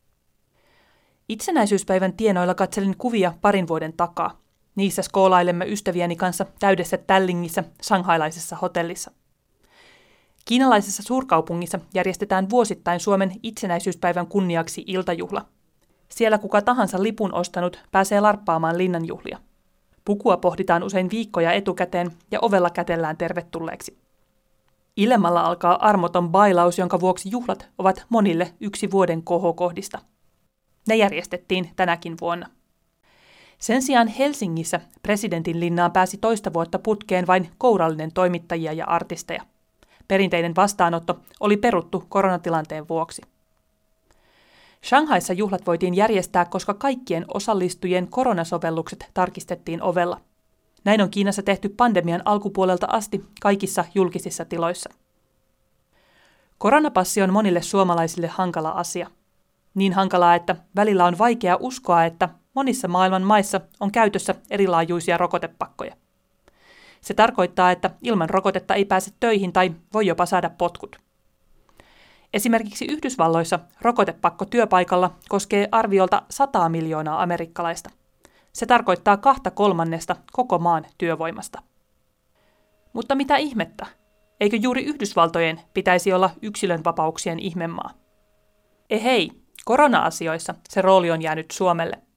Itsenäisyyspäivän tienoilla katselin kuvia parin vuoden takaa. Niissä skoolailemme ystävieni kanssa täydessä tällingissä shanghailaisessa hotellissa. Kiinalaisessa suurkaupungissa järjestetään vuosittain Suomen itsenäisyyspäivän kunniaksi iltajuhla. Siellä kuka tahansa lipun ostanut pääsee larppaamaan linnanjuhlia. Pukua pohditaan usein viikkoja etukäteen ja ovella kätellään tervetulleeksi. Ilmalla alkaa armoton bailaus, jonka vuoksi juhlat ovat monille yksi vuoden kohokohdista. Ne järjestettiin tänäkin vuonna. Sen sijaan Helsingissä presidentin linnaan pääsi toista vuotta putkeen vain kourallinen toimittajia ja artisteja. Perinteinen vastaanotto oli peruttu koronatilanteen vuoksi. Shanghaissa juhlat voitiin järjestää, koska kaikkien osallistujien koronasovellukset tarkistettiin ovella. Näin on Kiinassa tehty pandemian alkupuolelta asti kaikissa julkisissa tiloissa. Koronapassi on monille suomalaisille hankala asia. Niin hankalaa, että välillä on vaikea uskoa, että monissa maailman maissa on käytössä erilaajuisia rokotepakkoja. Se tarkoittaa, että ilman rokotetta ei pääse töihin tai voi jopa saada potkut. Esimerkiksi Yhdysvalloissa rokotepakko työpaikalla koskee arviolta sata miljoonaa amerikkalaista. Se tarkoittaa kahta kolmannesta koko maan työvoimasta. Mutta mitä ihmettä? Eikö juuri Yhdysvaltojen pitäisi olla yksilönvapauksien ihmemaa? Ehei, korona-asioissa se rooli on jäänyt Suomelle.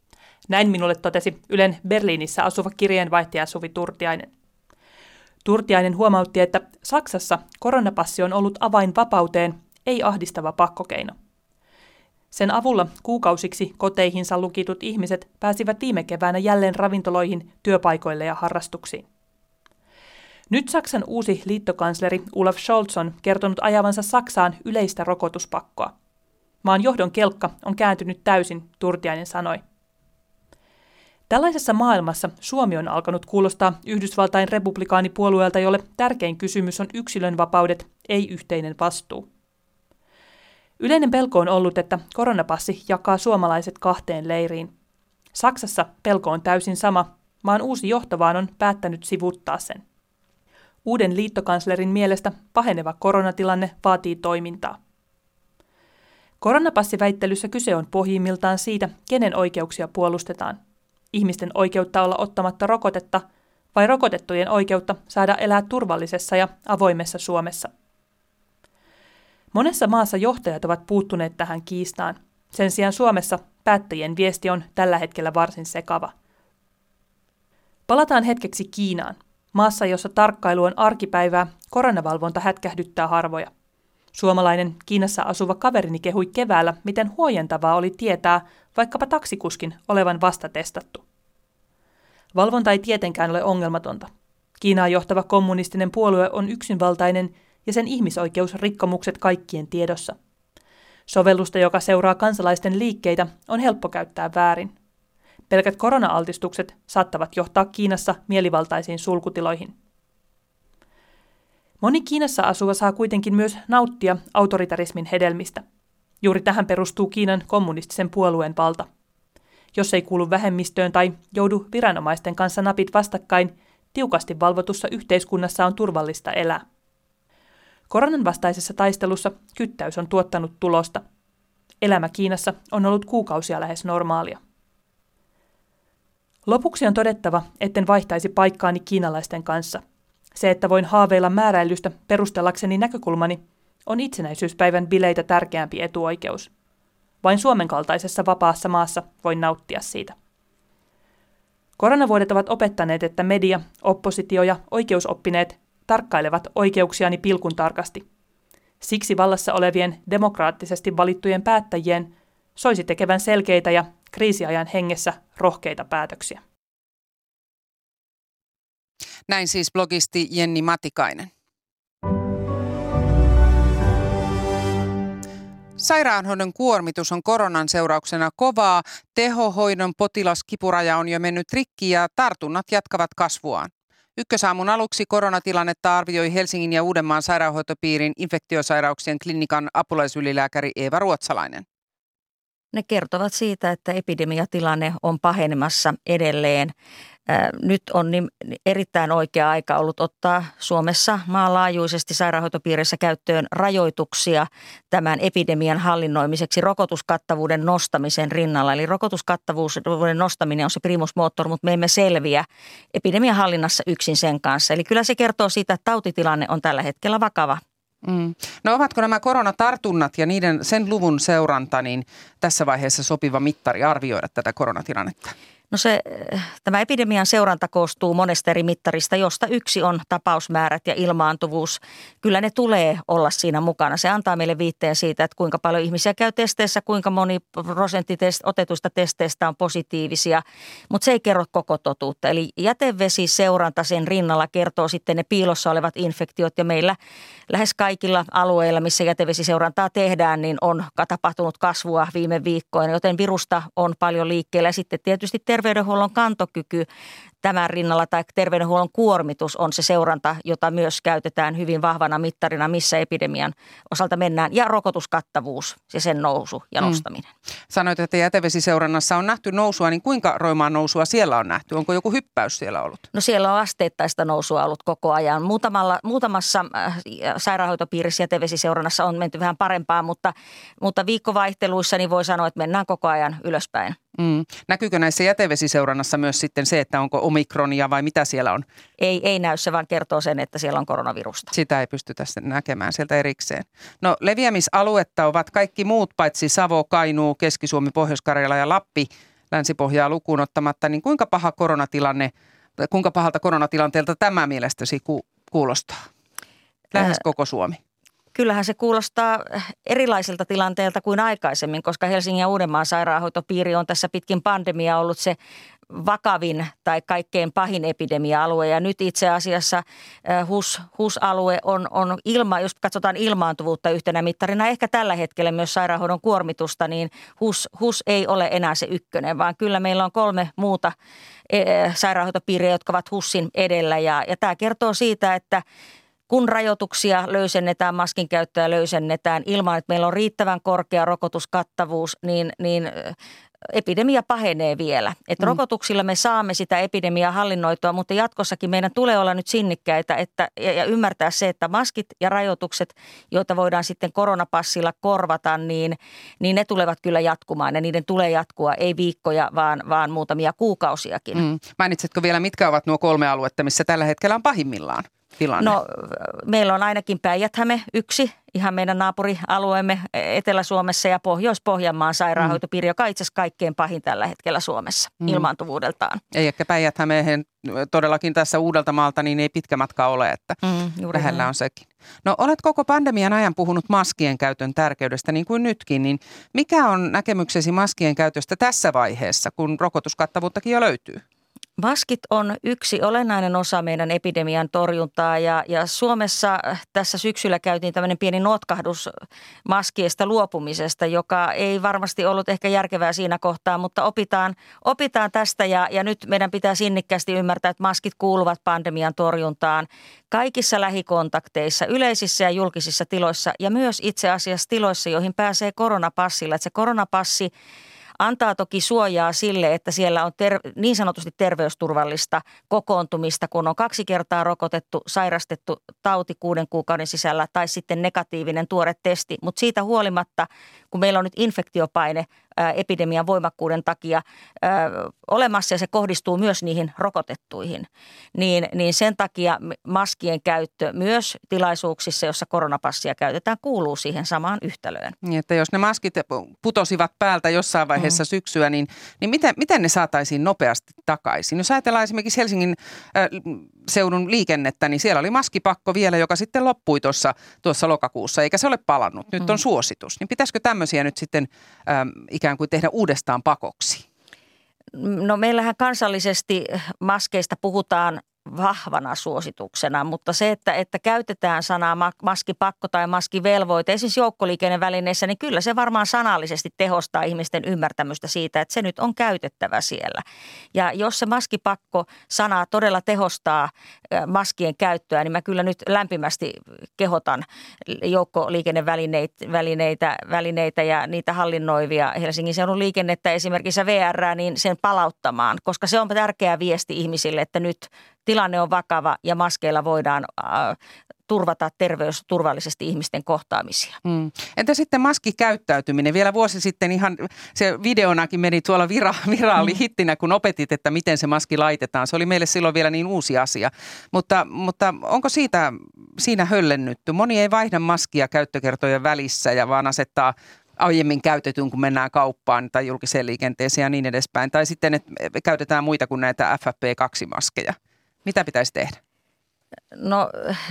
Näin minulle totesi Ylen Berliinissä asuva kirjeenvaihtaja Suvi Turtiainen. Turtiainen huomautti, että Saksassa koronapassi on ollut avain vapauteen, ei ahdistava pakkokeino. Sen avulla kuukausiksi koteihinsa lukitut ihmiset pääsivät viime keväänä jälleen ravintoloihin, työpaikoille ja harrastuksiin. Nyt Saksan uusi liittokansleri Olaf Scholz on kertonut ajavansa Saksaan yleistä rokotuspakkoa. Maan johdon kelkka on kääntynyt täysin, Turtiainen sanoi. Tällaisessa maailmassa Suomi on alkanut kuulostaa Yhdysvaltain republikaanipuolueelta, jolle tärkein kysymys on yksilönvapaudet, ei yhteinen vastuu. Yleinen pelko on ollut, että koronapassi jakaa suomalaiset kahteen leiriin. Saksassa pelko on täysin sama, maan uusi johto vaan on päättänyt sivuuttaa sen. Uuden liittokanslerin mielestä paheneva koronatilanne vaatii toimintaa. Koronapassiväittelyssä kyse on pohjimmiltaan siitä, kenen oikeuksia puolustetaan. Ihmisten oikeutta olla ottamatta rokotetta vai rokotettujen oikeutta saada elää turvallisessa ja avoimessa Suomessa. Monessa maassa johtajat ovat puuttuneet tähän kiistaan. Sen sijaan Suomessa päättäjien viesti on tällä hetkellä varsin sekava. Palataan hetkeksi Kiinaan. Maassa, jossa tarkkailu on arkipäivää, koronavalvonta hätkähdyttää harvoja. Suomalainen Kiinassa asuva kaverini kehui keväällä, miten huojentavaa oli tietää vaikkapa taksikuskin olevan vasta testattu. Valvonta ei tietenkään ole ongelmatonta. Kiinaa johtava kommunistinen puolue on yksinvaltainen ja sen ihmisoikeusrikkomukset kaikkien tiedossa. Sovellusta, joka seuraa kansalaisten liikkeitä, on helppo käyttää väärin. Pelkät korona-altistukset saattavat johtaa Kiinassa mielivaltaisiin sulkutiloihin. Moni Kiinassa asuva saa kuitenkin myös nauttia autoritarismin hedelmistä. Juuri tähän perustuu Kiinan kommunistisen puolueen valta. Jos ei kuulu vähemmistöön tai joudu viranomaisten kanssa napit vastakkain, tiukasti valvotussa yhteiskunnassa on turvallista elää. Koronan vastaisessa taistelussa kyttäys on tuottanut tulosta. Elämä Kiinassa on ollut kuukausia lähes normaalia. Lopuksi on todettava, etten vaihtaisi paikkaani kiinalaisten kanssa. Se, että voin haaveilla määräilystä perustellakseni näkökulmani, on itsenäisyyspäivän bileitä tärkeämpi etuoikeus. Vain Suomen kaltaisessa vapaassa maassa voin nauttia siitä. Koronavuodet ovat opettaneet, että media, oppositio ja oikeusoppineet tarkkailevat oikeuksiani pilkun tarkasti. Siksi vallassa olevien demokraattisesti valittujen päättäjien soisi tekevän selkeitä ja kriisiajan hengessä rohkeita päätöksiä. Näin siis blogisti Jenni Matikainen. Sairaanhoidon kuormitus on koronan seurauksena kovaa, tehohoidon potilaskipuraja on jo mennyt rikki ja tartunnat jatkavat kasvuaan. Ykkösaamun aluksi koronatilannetta arvioi Helsingin ja Uudenmaan sairaanhoitopiirin infektiosairauksien klinikan apulaisylilääkäri Eeva Ruotsalainen. Ne kertovat siitä, että epidemiatilanne on pahenemassa edelleen. Nyt on erittäin oikea aika ollut ottaa Suomessa maanlaajuisesti sairaanhoitopiirissä käyttöön rajoituksia tämän epidemian hallinnoimiseksi rokotuskattavuuden nostamisen rinnalla. Eli rokotuskattavuuden nostaminen on se primus motor, mutta me emme selviä epidemian hallinnassa yksin sen kanssa. Eli kyllä se kertoo siitä, että tautitilanne on tällä hetkellä vakava. Mm. No ovatko nämä koronatartunnat ja niiden sen luvun seuranta niin tässä vaiheessa sopiva mittari arvioida tätä koronatilannetta? No se, tämä epidemian seuranta koostuu monesta eri mittarista, josta yksi on tapausmäärät ja ilmaantuvuus. Kyllä ne tulee olla siinä mukana. Se antaa meille viitteen siitä, että kuinka paljon ihmisiä käy testeissä, kuinka moni prosentti otetuista testeistä on positiivisia, mutta se ei kerro koko totuutta. Eli jätevesiseuranta sen rinnalla kertoo sitten ne piilossa olevat infektiot ja meillä lähes kaikilla alueilla, missä jätevesiseurantaa tehdään, niin on tapahtunut kasvua viime viikkoina, joten virusta on paljon liikkeellä. Ja sitten tietysti terveydenhuollon kantokyky tämän rinnalla tai terveydenhuollon kuormitus on se seuranta, jota myös käytetään hyvin vahvana mittarina, missä epidemian osalta mennään. Ja rokotuskattavuus ja sen nousu ja nostaminen. Mm. Sanoit, että jätevesiseurannassa on nähty nousua, niin kuinka roimaa nousua siellä on nähty? Onko joku hyppäys siellä ollut? No siellä on asteittaista nousua ollut koko ajan. Muutamalla, muutamassa äh, sairaanhoitopiirissä jätevesiseurannassa on menty vähän parempaan, mutta, mutta viikkovaihteluissa niin voi sanoa, että mennään koko ajan ylöspäin. Mm. Näkyykö näissä jätevesiseurannassa myös sitten se, että onko omikronia vai mitä siellä on? Ei, ei näy, se vaan kertoo sen, että siellä on koronavirusta. Sitä ei pystytä näkemään sieltä erikseen. No leviämisaluetta ovat kaikki muut paitsi Savo, Kainuu, Keski-Suomi, Pohjois-Karjala ja Lappi. Länsi-Pohjaa lukuun ottamatta, niin kuinka paha koronatilanne, kuinka pahalta koronatilanteelta tämä mielestäsi ku, kuulostaa? Lähes koko Suomi. Kyllähän se kuulostaa erilaiselta tilanteelta kuin aikaisemmin, koska Helsingin ja Uudenmaan sairaanhoitopiiri on tässä pitkin pandemiaa ollut se vakavin tai kaikkein pahin epidemia-alue. Ja nyt itse asiassa H U S, H U S-alue on, on ilma, jos katsotaan ilmaantuvuutta yhtenä mittarina, ehkä tällä hetkellä myös sairaanhoidon kuormitusta, niin H U S, H U S ei ole enää se ykkönen, vaan kyllä meillä on kolme muuta sairaanhoitopiiriä, jotka ovat H U Sin edellä. Ja, ja tämä kertoo siitä, että kun rajoituksia löysennetään, maskin käyttöä löysennetään ilman, että meillä on riittävän korkea rokotuskattavuus, niin, niin epidemia pahenee vielä. Että mm. rokotuksilla me saamme sitä epidemiaa hallinnoitua, mutta jatkossakin meidän tulee olla nyt sinnikkäitä että, ja, ja ymmärtää se, että maskit ja rajoitukset, joita voidaan sitten koronapassilla korvata, niin, niin ne tulevat kyllä jatkumaan ja niiden tulee jatkua ei viikkoja, vaan, vaan muutamia kuukausiakin. Mm. Mainitsitko vielä, mitkä ovat nuo kolme aluetta, missä tällä hetkellä on pahimmillaan tilanne? No meillä on ainakin Päijät-Häme yksi, ihan meidän naapurialueemme Etelä-Suomessa ja Pohjois-Pohjanmaan sairaanhoitopiiri, joka on itse asiassa kaikkein pahin tällä hetkellä Suomessa mm. ilmaantuvuudeltaan. Ei ehkä Päijät-Hämeen todellakin tässä Uudeltamaalta niin ei pitkä matka ole, että mm, lähellä on sekin. No olet koko pandemian ajan puhunut maskien käytön tärkeydestä niin kuin nytkin, niin mikä on näkemyksesi maskien käytöstä tässä vaiheessa, kun rokotuskattavuuttakin jo löytyy? Maskit on yksi olennainen osa meidän epidemian torjuntaa ja, ja Suomessa tässä syksyllä käytiin tämmöinen pieni notkahdus maskieista luopumisesta, joka ei varmasti ollut ehkä järkevää siinä kohtaa, mutta opitaan, opitaan tästä ja, ja nyt meidän pitää sinnikkäästi ymmärtää, että maskit kuuluvat pandemian torjuntaan kaikissa lähikontakteissa, yleisissä ja julkisissa tiloissa ja myös itse asiassa tiloissa, joihin pääsee koronapassilla, että se koronapassi antaa toki suojaa sille, että siellä on ter- niin sanotusti terveysturvallista kokoontumista, kun on kaksi kertaa rokotettu, sairastettu tauti kuuden kuukauden sisällä tai sitten negatiivinen tuore testi. Mutta siitä huolimatta, kun meillä on nyt infektiopaine ää, epidemian voimakkuuden takia ää, olemassa ja se kohdistuu myös niihin rokotettuihin, niin, niin sen takia maskien käyttö myös tilaisuuksissa, jossa koronapassia käytetään, kuuluu siihen samaan yhtälöön. Niin, että jos ne maskit putosivat päältä jossain vaiheessa mm. syksyä, niin, niin miten, miten ne saataisiin nopeasti takaisin? Jos ajatellaan esimerkiksi Helsingin äh, seudun liikennettä, niin siellä oli maskipakko vielä, joka sitten loppui tuossa, tuossa lokakuussa, eikä se ole palannut. Nyt on mm. suositus. Niin pitäisikö tämmöisiä nyt sitten ähm, ikään kuin tehdä uudestaan pakoksi? No meillähän kansallisesti maskeista puhutaan vahvana suosituksena, mutta se, että, että käytetään sanaa maskipakko tai maskivelvoite esimerkiksi joukkoliikennevälineissä, niin kyllä se varmaan sanallisesti tehostaa ihmisten ymmärtämystä siitä, että se nyt on käytettävä siellä. Ja jos se maskipakko-sana todella tehostaa maskien käyttöä, niin mä kyllä nyt lämpimästi kehotan joukkoliikennevälineitä välineitä, välineitä ja niitä hallinnoivia Helsingin seudun liikennettä esimerkiksi V R, niin sen palauttamaan, koska se on tärkeä viesti ihmisille, että nyt tilanne on vakava ja maskeilla voidaan äh, turvata terveysturvallisesti ihmisten kohtaamisia. Mm. Entä sitten maskikäyttäytyminen? Vielä vuosi sitten ihan se videonakin meni tuolla vira, viraali mm. hittinä, kun opetit, että miten se maski laitetaan. Se oli meille silloin vielä niin uusi asia. Mutta, mutta onko siitä, siinä höllennytty? Moni ei vaihda maskia käyttökertojen välissä ja vaan asettaa aiemmin käytetyn, kun mennään kauppaan tai julkiseen liikenteeseen ja niin edespäin. Tai sitten, että käytetään muita kuin näitä F F P kaksi -maskeja. Mitä pitäisi tehdä? No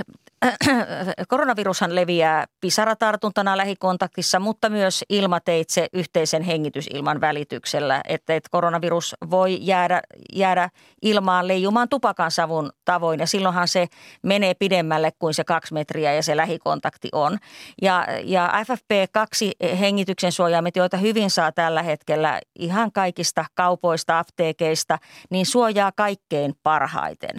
koronavirushan leviää pisaratartuntana lähikontaktissa, mutta myös ilmateitse yhteisen hengitysilman välityksellä. Että, että koronavirus voi jäädä, jäädä ilmaan leijumaan tupakansavun tavoin ja silloinhan se menee pidemmälle kuin se kaksi metriä ja se lähikontakti on. Ja, ja F F P kaksi -hengityksen suojaimet, joita hyvin saa tällä hetkellä ihan kaikista kaupoista, apteekeista, niin suojaa kaikkein parhaiten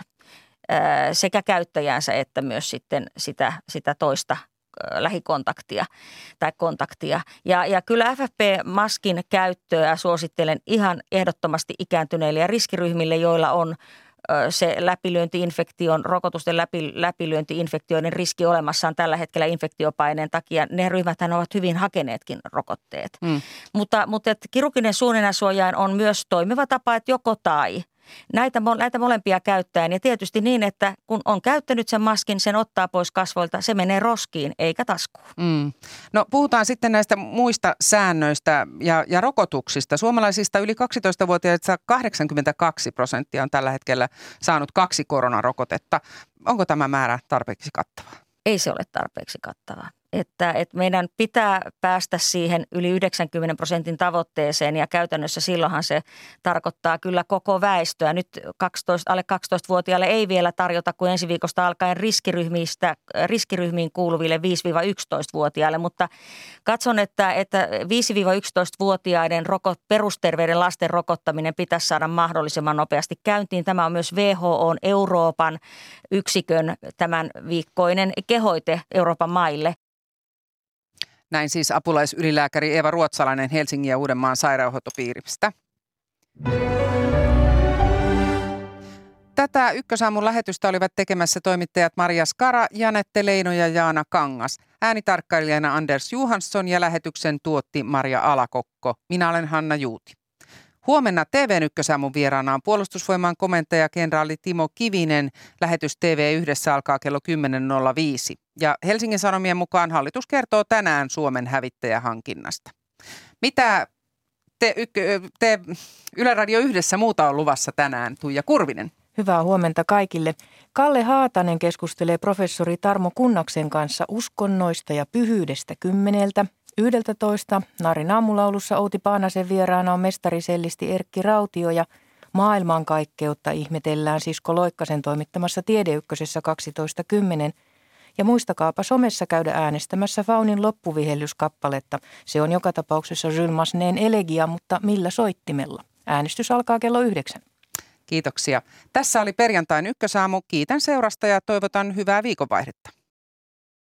sekä käyttäjänsä että myös sitten sitä, sitä toista lähikontaktia tai kontaktia. Ja, ja kyllä F F P-maskin käyttöä suosittelen ihan ehdottomasti ikääntyneille ja riskiryhmille, joilla on se läpilyönti-infektion, rokotusten läpi, läpilyönti-infektioiden riski olemassaan tällä hetkellä infektiopaineen takia. Ne ryhmäthän ovat hyvin hakeneetkin rokotteet. Mm. Mutta, mutta kirurginen suunenäsuojain on myös toimiva tapa, että joko tai. näitä, näitä molempia käyttäen. Ja tietysti niin, että kun on käyttänyt sen maskin, sen ottaa pois kasvoilta, se menee roskiin eikä taskuun. Mm. No puhutaan sitten näistä muista säännöistä ja, ja rokotuksista. Suomalaisista yli kaksitoistavuotiaista kahdeksankymmentäkaksi prosenttia on tällä hetkellä saanut kaksi koronarokotetta. Onko tämä määrä tarpeeksi kattava? Ei se ole tarpeeksi kattava. Että, että meidän pitää päästä siihen yli yhdeksänkymmentä prosentin tavoitteeseen ja käytännössä silloinhan se tarkoittaa kyllä koko väestöä. Nyt kaksitoista, alle kaksitoistavuotiaille ei vielä tarjota kuin ensi viikosta alkaen riskiryhmistä, riskiryhmiin kuuluville viisi-yksitoistavuotiaille, mutta katson, että, että viisi-yksitoistavuotiaiden rokot, perusterveiden lasten rokottaminen pitäisi saada mahdollisimman nopeasti käyntiin. Tämä on myös W H O:n Euroopan yksikön tämän viikkoinen kehoite Euroopan maille. Näin siis apulaisylilääkäri Eeva Ruotsalainen Helsingin ja Uudenmaan sairaanhoitopiiristä. Tätä Ykkösaamun lähetystä olivat tekemässä toimittajat Maria Skara, Janette Leino ja Jaana Kangas. Äänitarkkailijana Anders Johansson ja lähetyksen tuotti Maria Alakokko. Minä olen Hanna Juuti. Huomenna T V:n Ykkösaamun vieraana on puolustusvoimaan komentaja kenraali Timo Kivinen. Lähetys T V yhdessä alkaa kello kymmenen nolla viisi. Ja Helsingin Sanomien mukaan hallitus kertoo tänään Suomen hävittäjähankinnasta. Mitä te, te Yle Radio yhdessä muuta on luvassa tänään, Tuija Kurvinen? Hyvää huomenta kaikille. Kalle Haatanen keskustelee professori Tarmo Kunnaksen kanssa uskonnoista ja pyhyydestä kymmeneltä. Yhdeltätoista Naarin aamulaulussa Outi Paanasen vieraana on mestarisellisti Erkki Rautio ja maailmankaikkeutta ihmetellään Sisko Loikkasen toimittamassa Tiedeykkösessä kaksitoista kymmenen. Ja muistakaapa somessa käydä äänestämässä Faunin loppuvihellyskappaletta. Se on joka tapauksessa Jules Masneen elegia, mutta millä soittimella? Äänestys alkaa kello yhdeksän. Kiitoksia. Tässä oli perjantain Ykkösaamu. Kiitän seurasta ja toivotan hyvää viikonvaihdetta.